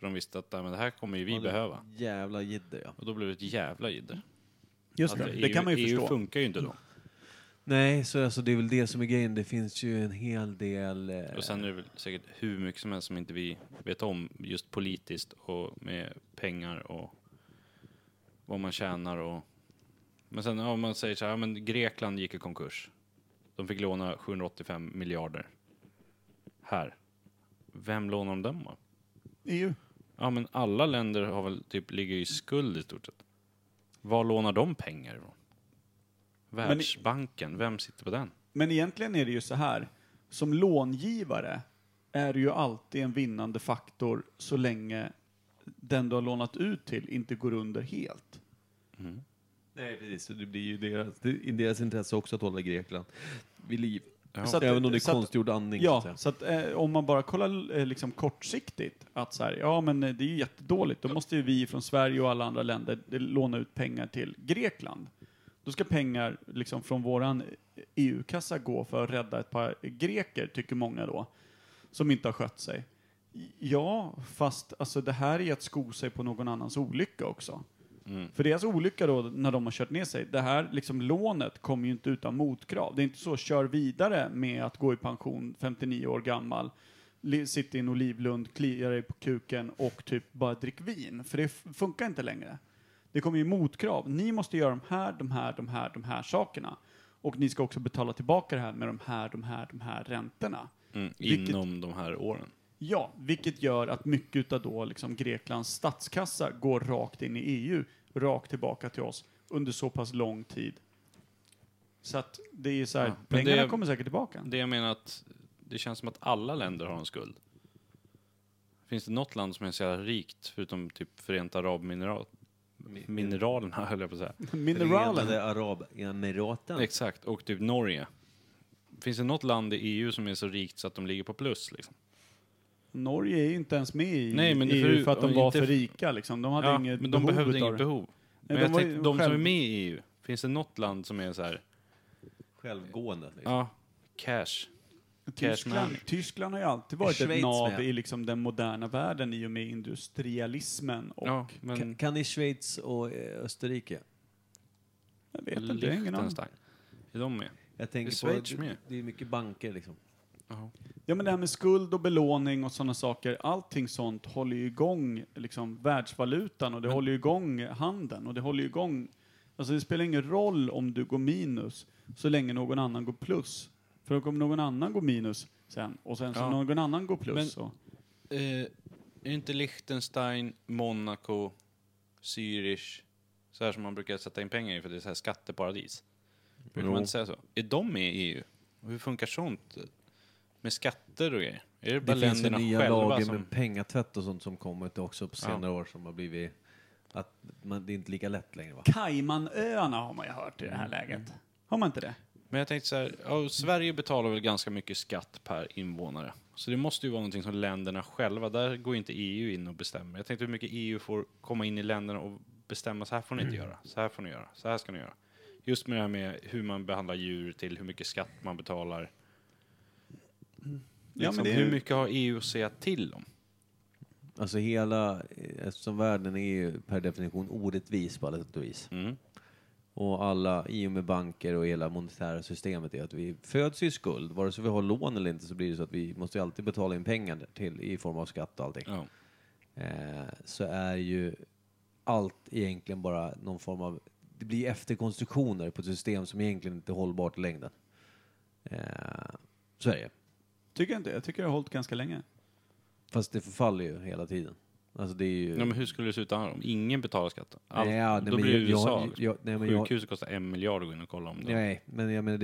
För de visste att men det här kommer ju vi behöva. Jävla jidder, ja. Och då blev det ett jävla jidder. Just det, det kan man ju EU förstå. funkar ju inte då. Nej, så alltså, det är väl det som är grejen. Det finns ju en hel del... Och sen är det väl säkert hur mycket som helst som inte vi vet om just politiskt och med pengar och vad man tjänar och... Men sen om man säger så här, men Grekland gick i konkurs. De fick låna 785 miljarder. Här. Vem lånar de dem av? EU. Ja, men alla länder har väl typ ligger i skuld i stort sett. Var lånar de pengar ifrån? Världsbanken, vem sitter på den? Men egentligen är det ju så här. Som långivare är det ju alltid en vinnande faktor så länge den du har lånat ut till inte går under helt. Nej, precis. Så det blir ju i deras intresse också att hålla Grekland vid liv. Ja. Så att- Även om det är så att- konstgjord andning. Ja, så att så att om man bara kollar liksom kortsiktigt att så här, ja men det är ju jättedåligt, då måste ju vi från Sverige och alla andra länder låna ut pengar till Grekland. Då ska pengar liksom från våran EU-kassa gå för att rädda ett par greker, tycker många då, som inte har skött sig. Ja, fast alltså det här är att sko sig på någon annans olycka också. För deras olycka då, när de har kört ner sig, det här liksom lånet kommer ju inte utan motkrav. Det är inte så, kör vidare med att gå i pension 59 år gammal, sitta i en olivlund, klia dig på kuken och typ bara drick vin. För det funkar inte längre. Det kommer ju motkrav. Ni måste göra de här sakerna. Och ni ska också betala tillbaka det här med de här räntorna. Vilket- Inom de här åren. Ja, vilket gör att mycket utav då liksom Greklands statskassa går rakt in i EU, rakt tillbaka till oss under så pass lång tid. Så att det är så här, Ja, men pengarna det- kommer säkert tillbaka. Det jag menar att det känns som att alla länder har en skuld. Finns det något land som är så jävla rikt förutom typ Förenta Arabmineralerna höll jag på att säga. Mineralen. Förenade Arabemiraten. Exakt, och typ Norge. Finns det något land i EU som är så rikt så att de ligger på plus liksom? Norge är ju inte ens med i Nej, men EU för att de inte- var för rika liksom. De hade Ja, inget men de behov behövde utav inget det. behov. Men de jag var tänkte, ju de som är själv- med i EU, finns det något land som är så här, Självgående. Liksom. ja, cash. Cashman. Tyskland har ju alltid varit ett Schweiz nav med. i liksom den moderna världen i och med industrialismen och Ja, men Kan ni Schweiz och Österrike? jag vet inte, jag har ingen aning. Liechtenstein. Är de med? Jag tänker Är Schweiz på, med? det är mycket banker liksom. Ja, men det här med skuld och belåning och sådana saker, allting sånt håller ju igång liksom världsvalutan och det håller ju igång handeln och det håller ju igång, alltså det spelar ingen roll om du går minus så länge någon annan går plus. För då kommer någon annan gå minus sen och sen så Ja. någon annan går plus. Men- Så. Är inte Liechtenstein, Monaco, Zürich, så här som man brukar sätta in pengar i för det är så här skatteparadis? Brukar man inte säga så? Är de med i EU? Och hur funkar sånt? Med skatter och grejer? Är det bara Det finns ju länderna nya själva lagar som... med pengatvätt och sånt som kommit också på senare år som har blivit att det är inte lika lätt längre va? Caymanöarna har man ju hört i det här läget. Har man inte det? Men jag tänkte så här, ja, Sverige betalar väl ganska mycket skatt per invånare. Så det måste ju vara någonting som länderna själva, där går inte EU in och bestämmer. Jag tänkte hur mycket EU får komma in i länderna och bestämma, så här får ni inte göra, så här får ni göra, så här ska ni göra. Just med det här med hur man behandlar djur till hur mycket skatt man betalar. Liksom, men det är- hur mycket har EU att säga till om? Alltså eftersom världen är ju per definition orättvis på alla sätt och vis. Mm. Och alla, i och med banker och hela monetära systemet är att vi föds i skuld. Vare sig vi har lån eller inte så blir det så att vi måste ju alltid betala in pengar till i form av skatt och allting. Ja. Så är ju allt egentligen bara någon form av, det blir efterkonstruktioner på ett system som egentligen inte är hållbart i längden. Så är det. Tycker jag inte. Jag tycker det har hållit ganska länge. Fast det förfaller ju hela tiden. Alltså det är ju... Ja, men hur skulle det se ut annars om ingen betalar skatt? Nej, ja, nej, då men blir det jag- USA. nej, men jag- Sjukhuset kostar 1 miljard att gå in och kolla om det. Nej, men jag menar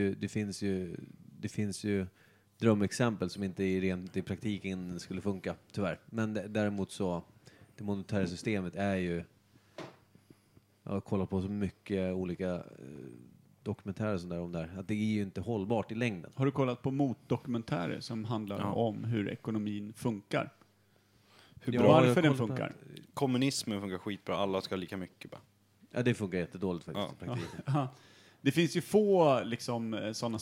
det finns ju drömexempel som inte i praktiken skulle funka, tyvärr. Men däremot så, det monetära systemet är ju, jag har kollat på så mycket olika dokumentärer och sånt där om det här, att det är ju inte hållbart i längden. Har du kollat på motdokumentärer som handlar Ja. om hur ekonomin funkar? Hur Ja, bra jag har Varför den kollat på funkar? kommunismen funkar skitbra, alla ska ha lika mycket bara. Ja, det funkar jättedåligt faktiskt Ja. i praktiken. Ja. Det finns ju få liksom, sådana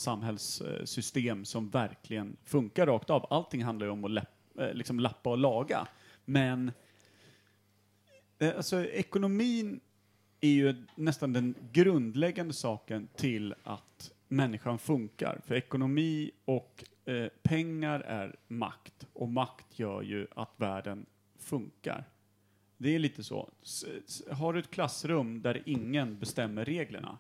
samhällssystem som verkligen funkar rakt av. Allting handlar ju om att liksom lappa och laga. Men alltså ekonomin är ju nästan den grundläggande saken till att människan funkar. För ekonomi och pengar är makt. Och makt gör ju att världen funkar. Det är lite så. Har du ett klassrum där ingen bestämmer reglerna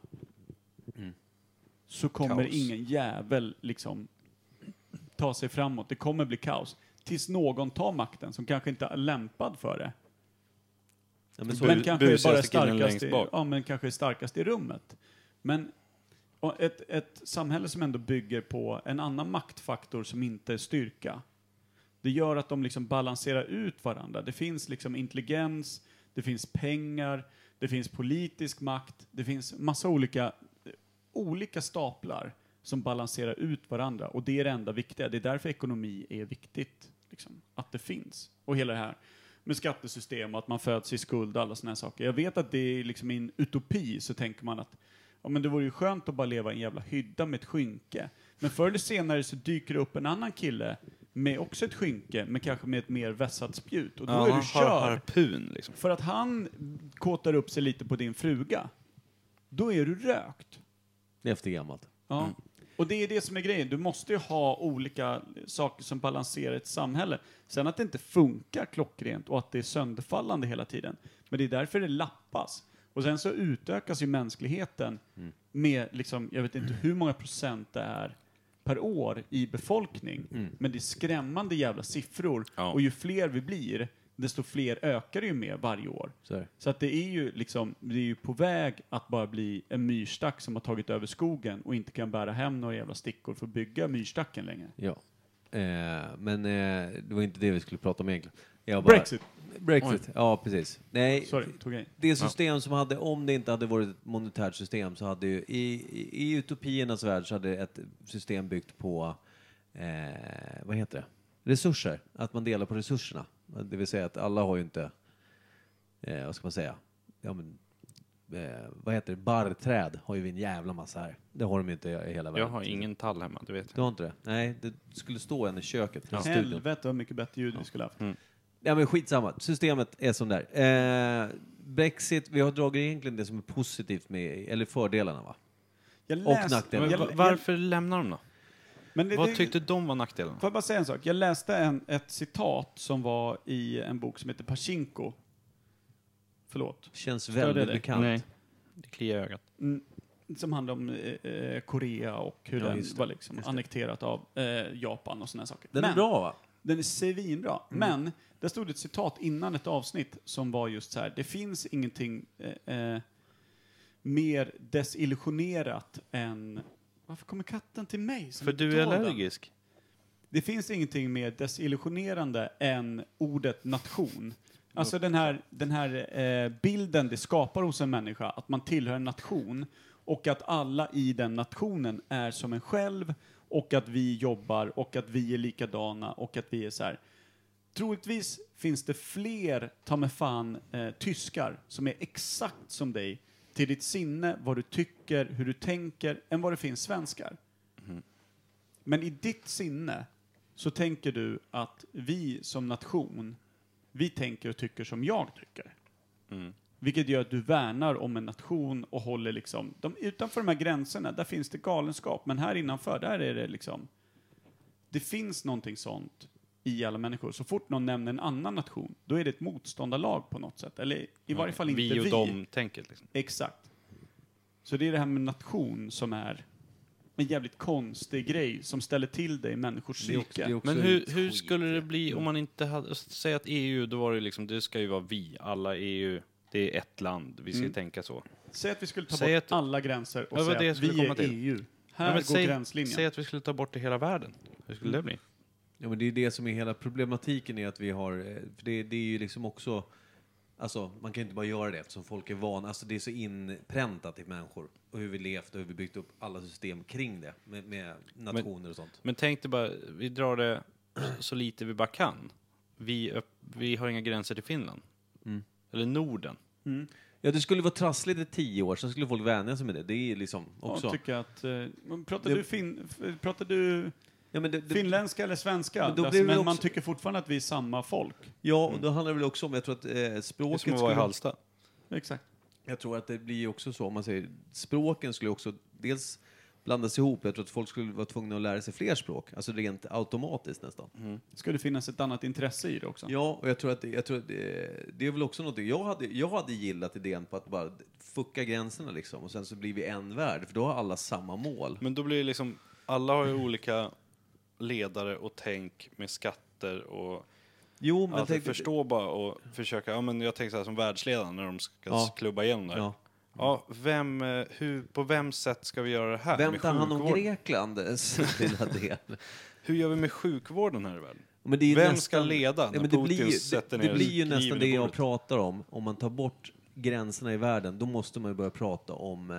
så kommer Kaos. ingen jävel liksom ta sig framåt. Det kommer bli kaos. Tills någon tar makten som kanske inte är lämpad för det. Ja, men så Men kanske är bara busigaste killen starkast längst bak. men kanske är starkast i rummet. Men och ett samhälle som ändå bygger på en annan maktfaktor som inte är styrka. Det gör att de liksom balanserar ut varandra. Det finns liksom intelligens, det finns pengar, det finns politisk makt, det finns massa olika staplar som balanserar ut varandra. Och det är det enda viktiga. Det är därför ekonomi är viktigt. Liksom, att det finns. Och hela det här med skattesystem och att man föds i skuld och alla såna här saker. Jag vet att det är liksom i en utopi så tänker man att ja, men det vore ju skönt att bara leva i en jävla hydda med ett skynke. Men förr eller senare så dyker det upp en annan kille med också ett skynke, men kanske med ett mer vässat spjut. Och då är du körd. Harpun liksom. För att han kåtar upp sig lite på din fruga, då är du rökt. Det är efter gammalt. Ja. Och det är det som är grejen. Du måste ju ha olika saker som balanserar ett samhälle. Sen att det inte funkar klockrent och att det är sönderfallande hela tiden. Men det är därför det lappas. Och sen så utökas ju mänskligheten med, liksom, jag vet inte hur många procent det är per år i befolkning. Men det är skrämmande jävla siffror. Ja. Och ju fler vi blir, desto fler ökar det ju med varje år. Så är det. Så att det är ju liksom, det är ju på väg att bara bli en myrstack som har tagit över skogen och inte kan bära hem några jävla stickor för att bygga myrstacken längre. Ja. Men det var inte det vi skulle prata om egentligen. Brexit, ja precis. Nej, Sorry, tog jag in. det system som hade, om det inte hade varit ett monetärt system så hade ju, i utopiernas värld så hade ett system byggt på, vad heter det? Resurser. Att man delar på resurserna. Det vill säga att alla har ju inte, vad ska man säga? Ja men, vad heter det? Barrträd har ju vi en jävla massa här. Det har de ju inte i hela världen. Jag har ingen tall hemma, det vet Du jag. har inte det? Nej, det skulle stå en i köket. I studion. Helvete vad mycket bättre ljud vi skulle ha haft. Ja men skitsamma, systemet är som där. Brexit, vi har dragit egentligen det som är positivt med, eller fördelarna va? Jag Och läste- nackdelarna. jag- Varför lämnar de då? Men Vad tyckte de var nackdelen? Får jag bara säga en sak? Jag läste ett citat som var i en bok som heter Pachinko. Förlåt. Känns Störde väldigt dig? bekant. Nej, det kliar i ögat. Som handlar om Korea och hur Ja, den just det. var liksom annekterat av Japan och såna här saker. Den är bra va? Den är svinbra. Men där stod ett citat innan ett avsnitt som var just så här. Det finns ingenting mer desillusionerat än... Varför kommer katten till mig? Som För inte du är tål den? allergisk. Det finns ingenting mer desillusionerande än ordet nation. Alltså den här bilden det skapar hos en människa, att man tillhör en nation och att alla i den nationen är som en själv och att vi jobbar och att vi är likadana och att vi är så här. Troligtvis finns det fler, ta med fan, tyskar som är exakt som dig till ditt sinne, vad du tycker, hur du tänker, än vad det finns svenskar. Men i ditt sinne så tänker du att vi som nation, vi tänker och tycker som jag tycker. Vilket gör att du värnar om en nation och håller liksom, utanför de här gränserna, där finns det galenskap. Men här innanför, där är det liksom, det finns någonting sånt i alla människor. Så fort någon nämner en annan nation, då är det ett motståndarlag på något sätt. Eller i varje fall inte vi. Vi och dem-tänket liksom. Exakt. Så det är det här med nation som är en jävligt konstig grej som ställer till det i människors Det är också- psyke. det är också Men ett hur skit. skulle det bli om man inte hade... Säg att EU, då var det liksom, det ska ju vara vi. Alla EU, det är ett land. Vi ska ju tänka så. Säg att vi skulle ta Säg bort att- alla gränser och Ja, vad det säga jag att skulle vi komma är till. EU. Här Ja, men går gränslinjen. säg att vi skulle ta bort det hela världen. Hur skulle det bli? Ja, men det är det som är hela problematiken är att vi har, för det är ju liksom också, alltså man kan inte bara göra det eftersom folk är vana, alltså det är så inpräntat i människor och hur vi levt och hur vi byggt upp alla system kring det med nationer och sånt. Men tänk dig bara, vi drar det så lite vi bara kan. Vi har inga gränser till Finland. Eller Norden. Ja, det skulle vara trassligt i 10 år, så skulle folk vänja sig med det. Det är liksom också... Jag tycker att... Det- pratar du Ja, men Finländska eller svenska? Men då Alltså, blir det men också- man tycker fortfarande att vi är samma folk. Ja, och då handlar det väl också om, jag tror att Det är språket som att vara i skulle... Hallsta. Exakt. Jag tror att det blir också så, om man säger, språken skulle också dels blandas ihop. Jag tror att folk skulle vara tvungna att lära sig fler språk, alltså rent automatiskt nästan. Ska det finnas ett annat intresse i det också? Ja, och jag tror att det är väl också något. Jag hade gillat idén på att bara fucka gränserna liksom, och sen så blir vi en värld, för då har alla samma mål. Men då blir det liksom, alla har ju olika ledare och tänk med skatter och Jo, men alltså förstå bara och försöka, ja men jag tänker så här som världsledaren när de ska Ja. klubba igenom det här. Ja. Ja, på vems sätt ska vi göra det här? Vem med tar hand om sjukvård? Greklands lilla del? Hur gör vi med sjukvården här i världen? Men det är ju Vem ska leda Ja, när men Putin sätter ner det blir ju kniven nästan i det jag bordet? pratar om man tar bort gränserna i världen, då måste man ju börja prata om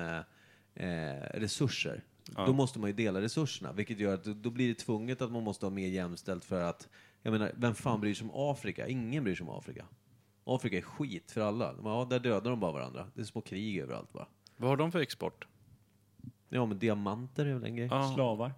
resurser. Ja. Då måste man ju dela resurserna, vilket gör att då blir det tvunget att man måste ha mer jämställt, för att, jag menar, vem fan bryr sig om Afrika? Ingen bryr sig om Afrika. Afrika är skit för alla. Ja, där dödar de bara varandra. Det är små krig överallt bara. Vad har de för export? Ja, men diamanter är väl en grej. Ja, Slavar.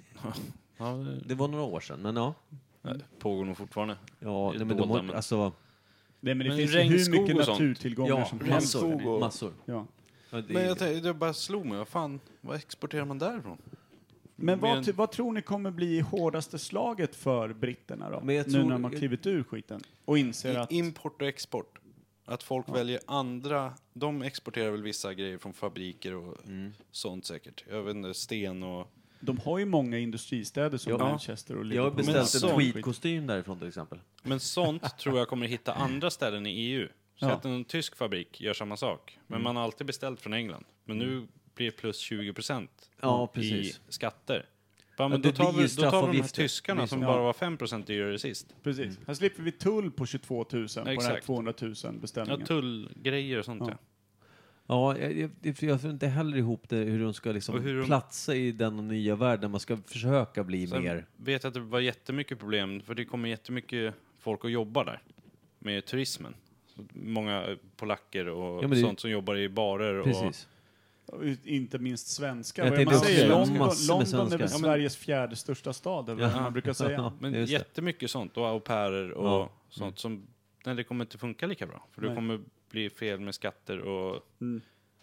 ja Det var några år sedan, men ja. det pågår nog fortfarande. Ja, Det är nej, men de dolda, har, men- alltså, Nej, men det Men finns ju hur regnskog mycket och sånt. naturtillgångar ja, som massor. Regnskog och- Massor. Ja. Ja, det, Men jag tänkte, det bara slog mig, vad exporterar man därifrån? Men Men- vad tror ni kommer bli hårdaste slaget för britterna då? Men jag Nu tror- när de har klivit ur skiten och inser att... Import och export. Att folk väljer andra, de exporterar väl vissa grejer från fabriker och sånt säkert. Jag vet inte, sten och... De har ju många industristäder som Ja. Manchester och jag har Liverpool. beställt en sån tweedkostym därifrån till exempel. Men sånt tror jag kommer hitta andra ställen i EU. Så Ja. att en tysk fabrik gör samma sak. Men man har alltid beställt från England. Men nu blir det plus 20% Ja, i precis. skatter. Ja, men det då tar blir ju vi de här straffavgifter. tyskarna som Ja. bara var 5% dyrare sist. Precis. Här slipper vi tull på 22 000 på den här Exakt. 200 000 Ja, beställningen. tullgrejer och sånt Ja. ja. Ja, jag får inte heller ihop det, hur de ska liksom Och hur de- platsa i den nya världen. Man ska försöka bli Sen mer... vet jag att det var jättemycket problem, för det kommer jättemycket folk att jobba där med turismen. Så många polacker och Ja, men det- sånt som jobbar i barer Precis. Och inte minst svenskar. Jag Vad tänkte man också säger, säga, London, massor med London är väl svenskar. Sveriges fjärde största stad, eller vad man brukar säga. Men Just det. jättemycket sånt, och au pairer och Ja. sånt som, nej, det kommer inte funka lika bra. För det Nej. kommer bli fel med skatter och, Mm.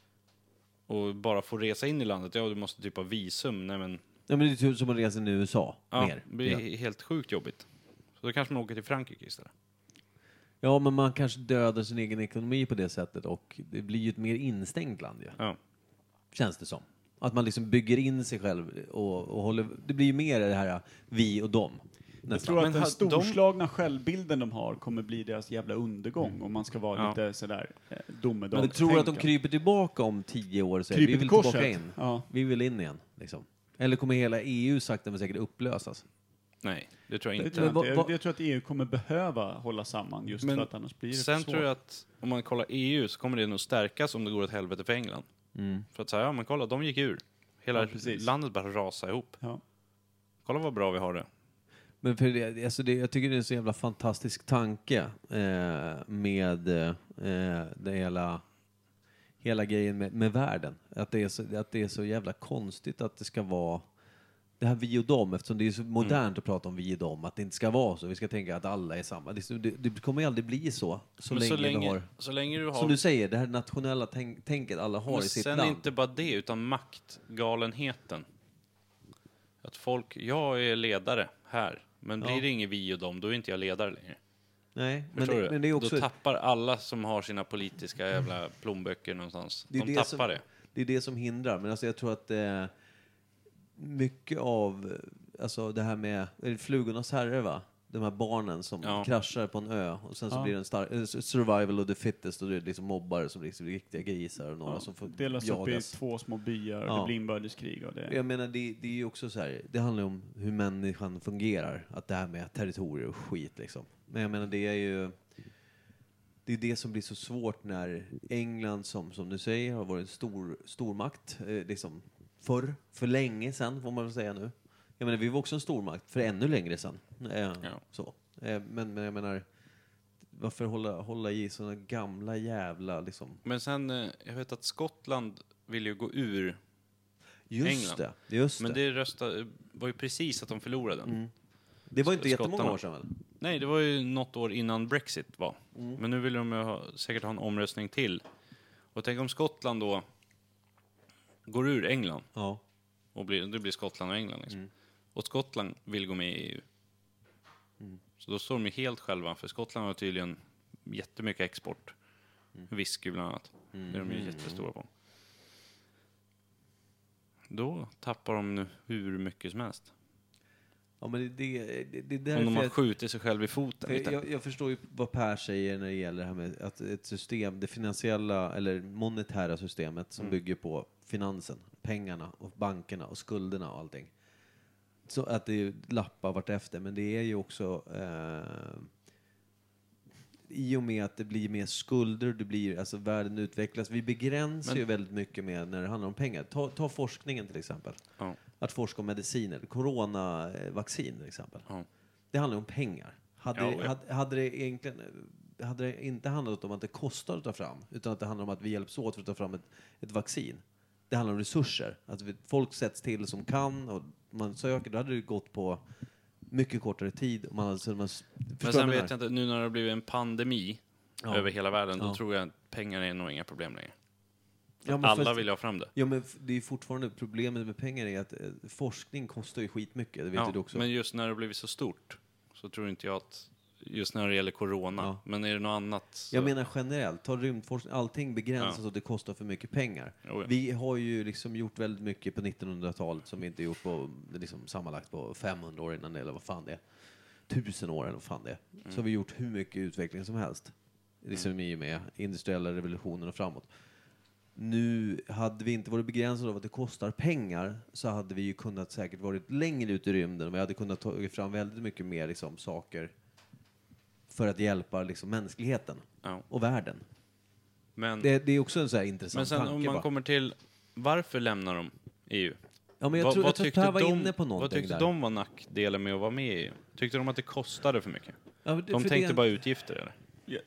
och bara få resa in i landet. Ja, du måste typ ha visum. Nej, men, Ja, men det är typ som att resa in i USA. ja, mer. det blir helt sjukt jobbigt. Så då kanske man åker till Frankrike istället. Ja, men man kanske dödar sin egen ekonomi på det sättet, och det blir ju ett mer instängt land ju. Ja. Känns det som. Att man liksom bygger in sig själv och håller... Det blir ju mer det här vi och dem. Jag Nästan. tror att Men den de- storslagna självbilden de har kommer bli deras jävla undergång om man ska vara Ja. lite sådär Men domedag. du tror att de kryper tillbaka om 10 år och säger vi Kryper vill till tillbaka korset? in. Ja. Vi vill in igen. Liksom. Eller kommer hela EU sakta men säkert upplösas? Nej, det tror jag Jag inte. tror, Men inte. vad- Jag tror att EU kommer behöva hålla samman just Men för att annars blir det Sen för svårt. tror jag att om man kollar EU så kommer det nog stärkas om det går åt helvete för England. För att säga, ja men kolla, de gick ur. Hela Ja, precis. landet bara rasade ihop. Ja. Kolla vad bra vi har det. Men för det, alltså det, jag tycker det är en så jävla fantastisk tanke med det hela grejen med världen. Att det är så jävla konstigt att det ska vara det här vi och dem, eftersom det är så modernt att prata om vi och dem, att det inte ska vara så. Vi ska tänka att alla är samma. Det kommer ju aldrig bli så Men länge vi har... så länge du har... Som du säger, det här nationella tänket alla har men i sitt sen land. inte bara det, utan maktgalenheten. Att folk, jag är ledare här, men blir det inget vi och dem, då är inte jag ledare längre. Nej, Förstår du? men det är också... Då tappar alla som har sina politiska jävla plånböcker någonstans. Det är De det tappar det. Det är det som hindrar. Men alltså jag tror att mycket av alltså det här med är det Flugornas herre, va? De här barnen som Ja. kraschar på en ö och sen så Ja. blir det en survival of the fittest, och det är liksom mobbare som liksom riktiga grisar och några Ja, som får delas upp i jagas. 2 små byar och Ja. det blir inbördeskrig och det... Jag menar, det är ju också så här, det handlar ju om hur människan fungerar, att det här med territorier och skit liksom. Men jag menar, det är ju det som blir så svårt när England, som du säger, har varit en stormakt liksom för länge sedan, får man väl säga nu. Jag menar, vi var också en stormakt för ännu längre sedan. Så. Men jag menar, varför hålla i såna gamla jävla liksom... Men sen, jag vet att Skottland vill ju gå ur Just England. det, just Men det. det var ju precis att de förlorade den. Det var inte Skottarna. jättemånga år sedan väl? Nej, det var ju något år innan Brexit var. Men nu vill de ju säkert ha en omröstning till. Och tänk om Skottland då går ur England. Ja. Och det blir Skottland och England liksom. Och Skottland vill gå med i EU. Så då står de ju helt själva. För Skottland har tydligen jättemycket export. Whisky bland annat. Det är de ju jättestora på. Då tappar de nu hur mycket som helst. Ja, men det är Om därför de har skjutit sig själv i foten lite. jag förstår ju vad Per säger när det gäller det här med att ett system, det finansiella eller monetära systemet som bygger på finansen, pengarna och bankerna och skulderna och allting. Så att det lappar vartefter, men det är ju också i och med att det blir mer skulder, det blir, alltså världen utvecklas. Vi begränsar ju väldigt mycket med när det handlar om pengar. Ta forskningen till exempel. Ja. Att forska om mediciner, coronavaccin till exempel. Ja. Det handlar om pengar. Hade det inte handlat om att det kostar att ta fram, utan att det handlar om att vi hjälps åt för att ta fram ett vaccin. Det handlar om resurser. Att folk sätts till som kan och man söker, då hade det gått på mycket kortare tid. Men sen vet jag inte, nu när det har blivit en pandemi över hela världen, då tror jag att pengar är nog inga problem längre. Alla vill ha fram det. Ja, men det är fortfarande problemet med pengar är att forskning kostar ju skitmycket. Det vet du också. Men just när det har blivit så stort så tror inte jag att just när det gäller corona. Ja. Men är det något annat? Så... Jag menar generellt, ta rymdforskning, allting begränsas och det kostar för mycket pengar. Jo, ja. Vi har ju liksom gjort väldigt mycket på 1900-talet som vi inte gjort på liksom sammanlagt på 500 år innan det, eller vad fan det är. 1000 år eller vad fan det är. Så har vi gjort hur mycket utveckling som helst. Liksom i och med industriella revolutionen och framåt. Nu hade vi inte varit begränsade av att det kostar pengar, så hade vi ju kunnat säkert varit längre ut i rymden. Vi hade kunnat ta fram väldigt mycket mer liksom, saker för att hjälpa liksom, mänskligheten och världen. Men, det är också en så här intressant men sen tanke. Om man kommer till varför lämnar de EU? Ja, men jag tror att Per var inne på någonting. Vad tyckte där. de var nackdelen med att vara med i EU? Tyckte de att det kostade för mycket? Ja, De tänkte bara utgifter eller? Ja,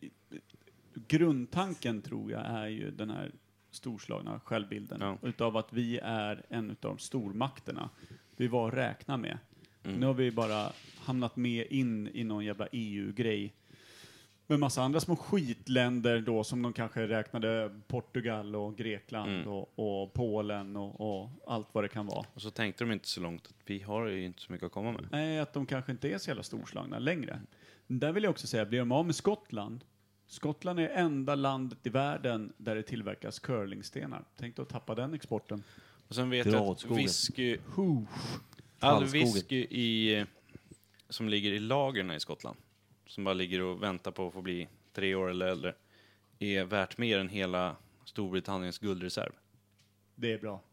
grundtanken tror jag är ju den här storslagna självbilden utav att vi är en av de stormakterna vi var att räkna med. Nu har vi bara hamnat med in i någon jävla EU-grej med massa andra små skitländer då som de kanske räknade Portugal och Grekland och Polen och allt vad det kan vara. Och så tänkte de inte så långt att vi har ju inte så mycket att komma med. Nej, att de kanske inte är så jävla storslagna längre. Där vill jag också säga, blir de av med Skottland? Skottland är enda landet i världen där det tillverkas curlingstenar. Tänk då att tappa den exporten. Och sen vet jag att whisky... All whisky som ligger i lagren i Skottland, som bara ligger och väntar på att få bli 3 år eller äldre, är värt mer än hela Storbritanniens guldreserv. Det är bra.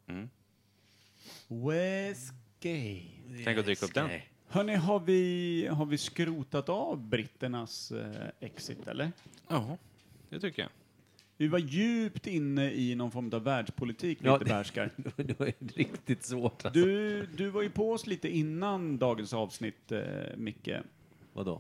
Whisky. Tänk att dricka upp den. Hörrni, har vi skrotat av britternas exit, eller? Ja, det tycker jag. Vi var djupt inne i någon form av världspolitik, lite bärskar. Det var ju riktigt svårt. Alltså. Du var ju på oss lite innan dagens avsnitt, Micke. Vadå?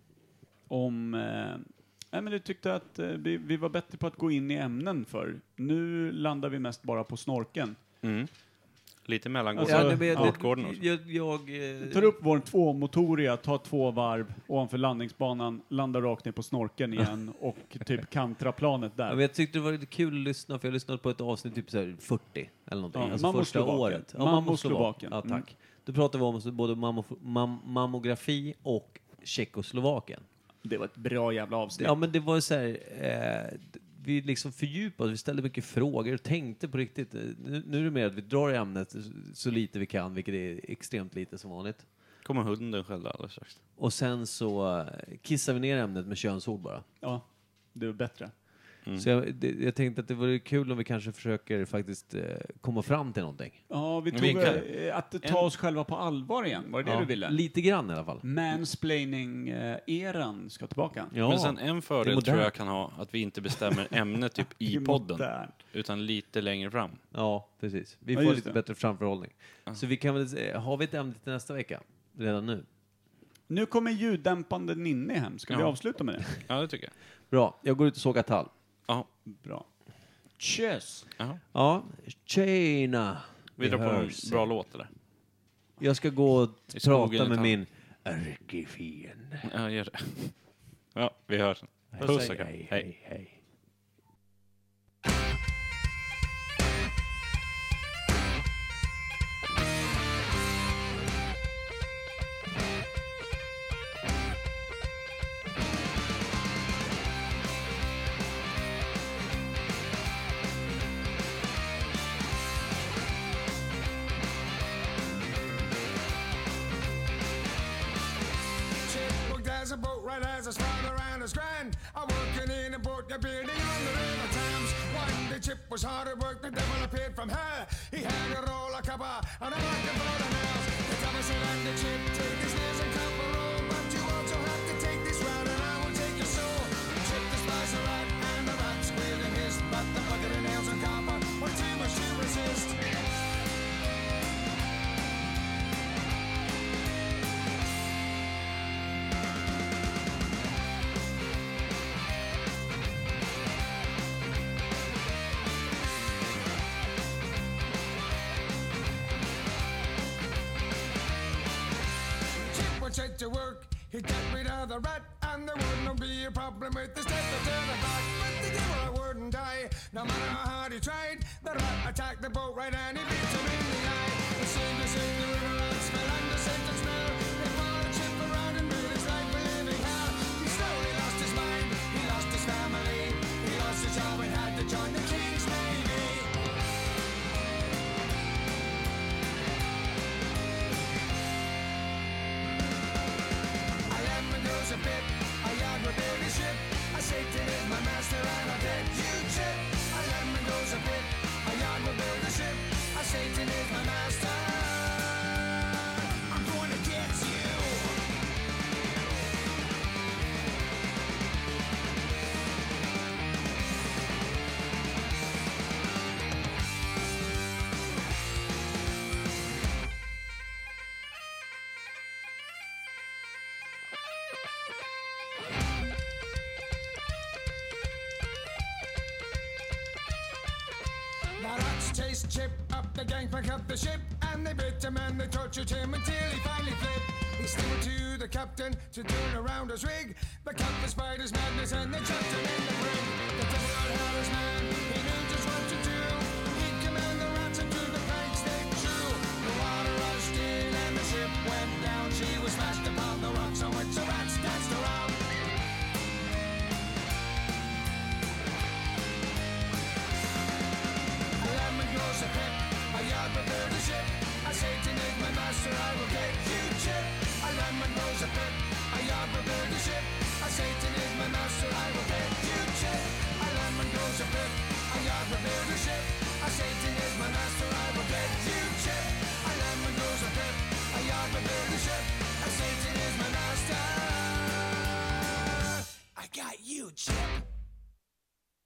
Men du tyckte att vi var bättre på att gå in i ämnen för. Nu landar vi mest bara på snorken. Lite mellangård. Alltså, Jag tar upp vår 2-motoriga, tar 2 varv ovanför landningsbanan, landar rakt ner på snorken igen och typ kantra planet där. men jag tyckte det var lite kul att lyssna, för jag lyssnade på ett avsnitt typ så här 40 eller någonting. Ja, alltså första året. Mammoslovakien. Ja, tack. Då pratade vi om både mammografi och Tjeckoslovakien. Det var ett bra jävla avsnitt. Ja, men det var så här... vi liksom fördjupade, vi ställde mycket frågor och tänkte på riktigt. Nu är det mer att vi drar i ämnet så lite vi kan, vilket är extremt lite som vanligt. Kommer hunden själv alldeles strax. Och sen så kissar vi ner ämnet med könsord bara. Ja, det var bättre. Så jag tänkte att det vore kul om vi kanske försöker faktiskt komma fram till någonting. Ja, vi tog att ta oss själva på allvar igen. Var det det du ville? Lite grann i alla fall. Mansplaining-eran ska tillbaka. Ja, men sen en fördel tror jag kan ha att vi inte bestämmer ämnet typ i podden. Utan lite längre fram. Ja, precis. Vi får lite bättre framförhållning. Så vi kan väl har vi ett ämne till nästa vecka? Redan nu. Nu kommer ljuddämpande Ninni hem. Ska vi avsluta med det? Ja, det tycker jag. Bra, jag går ut och sågar tall. Ja. Bra. Cheers! Ja, tjena! Vi drar på en hörs. bra låt eller? Jag ska gå och I skogen prata med ett min ärkefiende. Ja, gör det. Ja, vi hörs. Puss och kram. Hej. hej. There's a boat right as I swam around as grand. I'm working in a boat, you're building on the river Thames. One day Chip was hard at work, the devil appeared from hell. He had a roll of copper and a bucket full of nails. The devil said, "I'm the Chip, take these nails and copper roll, but you also have to take this round and I will take your soul." Chip despises a rat and the rat squealed and hissed, but the bucket of nails and copper were too much to resist. Set to work, he got rid of the rat, and there wouldn't be a problem with the step to turn it back. But the devil wouldn't die, no matter how hard he tried. The rat attacked the boat right and he beat him in the eye. The sailor said the river rats fell under sentence smell. They followed Chip around and made his life a living hell. He slowly lost his mind, he lost his family, he lost his job and had to join the King's Navy. A bit, a yard will build a ship. A Satan is my master and I'll get you Chip. A lemon goes a bit, a yard will build a ship. A Satan is my master. I'm going to get you. The rats chased Chip up the gangplank of the ship, and they bit him and they tortured him until he finally flipped. He stumbled to the captain to turn around his rig. The captain spied his madness and they chucked him in the brig. The devil had his man, he knew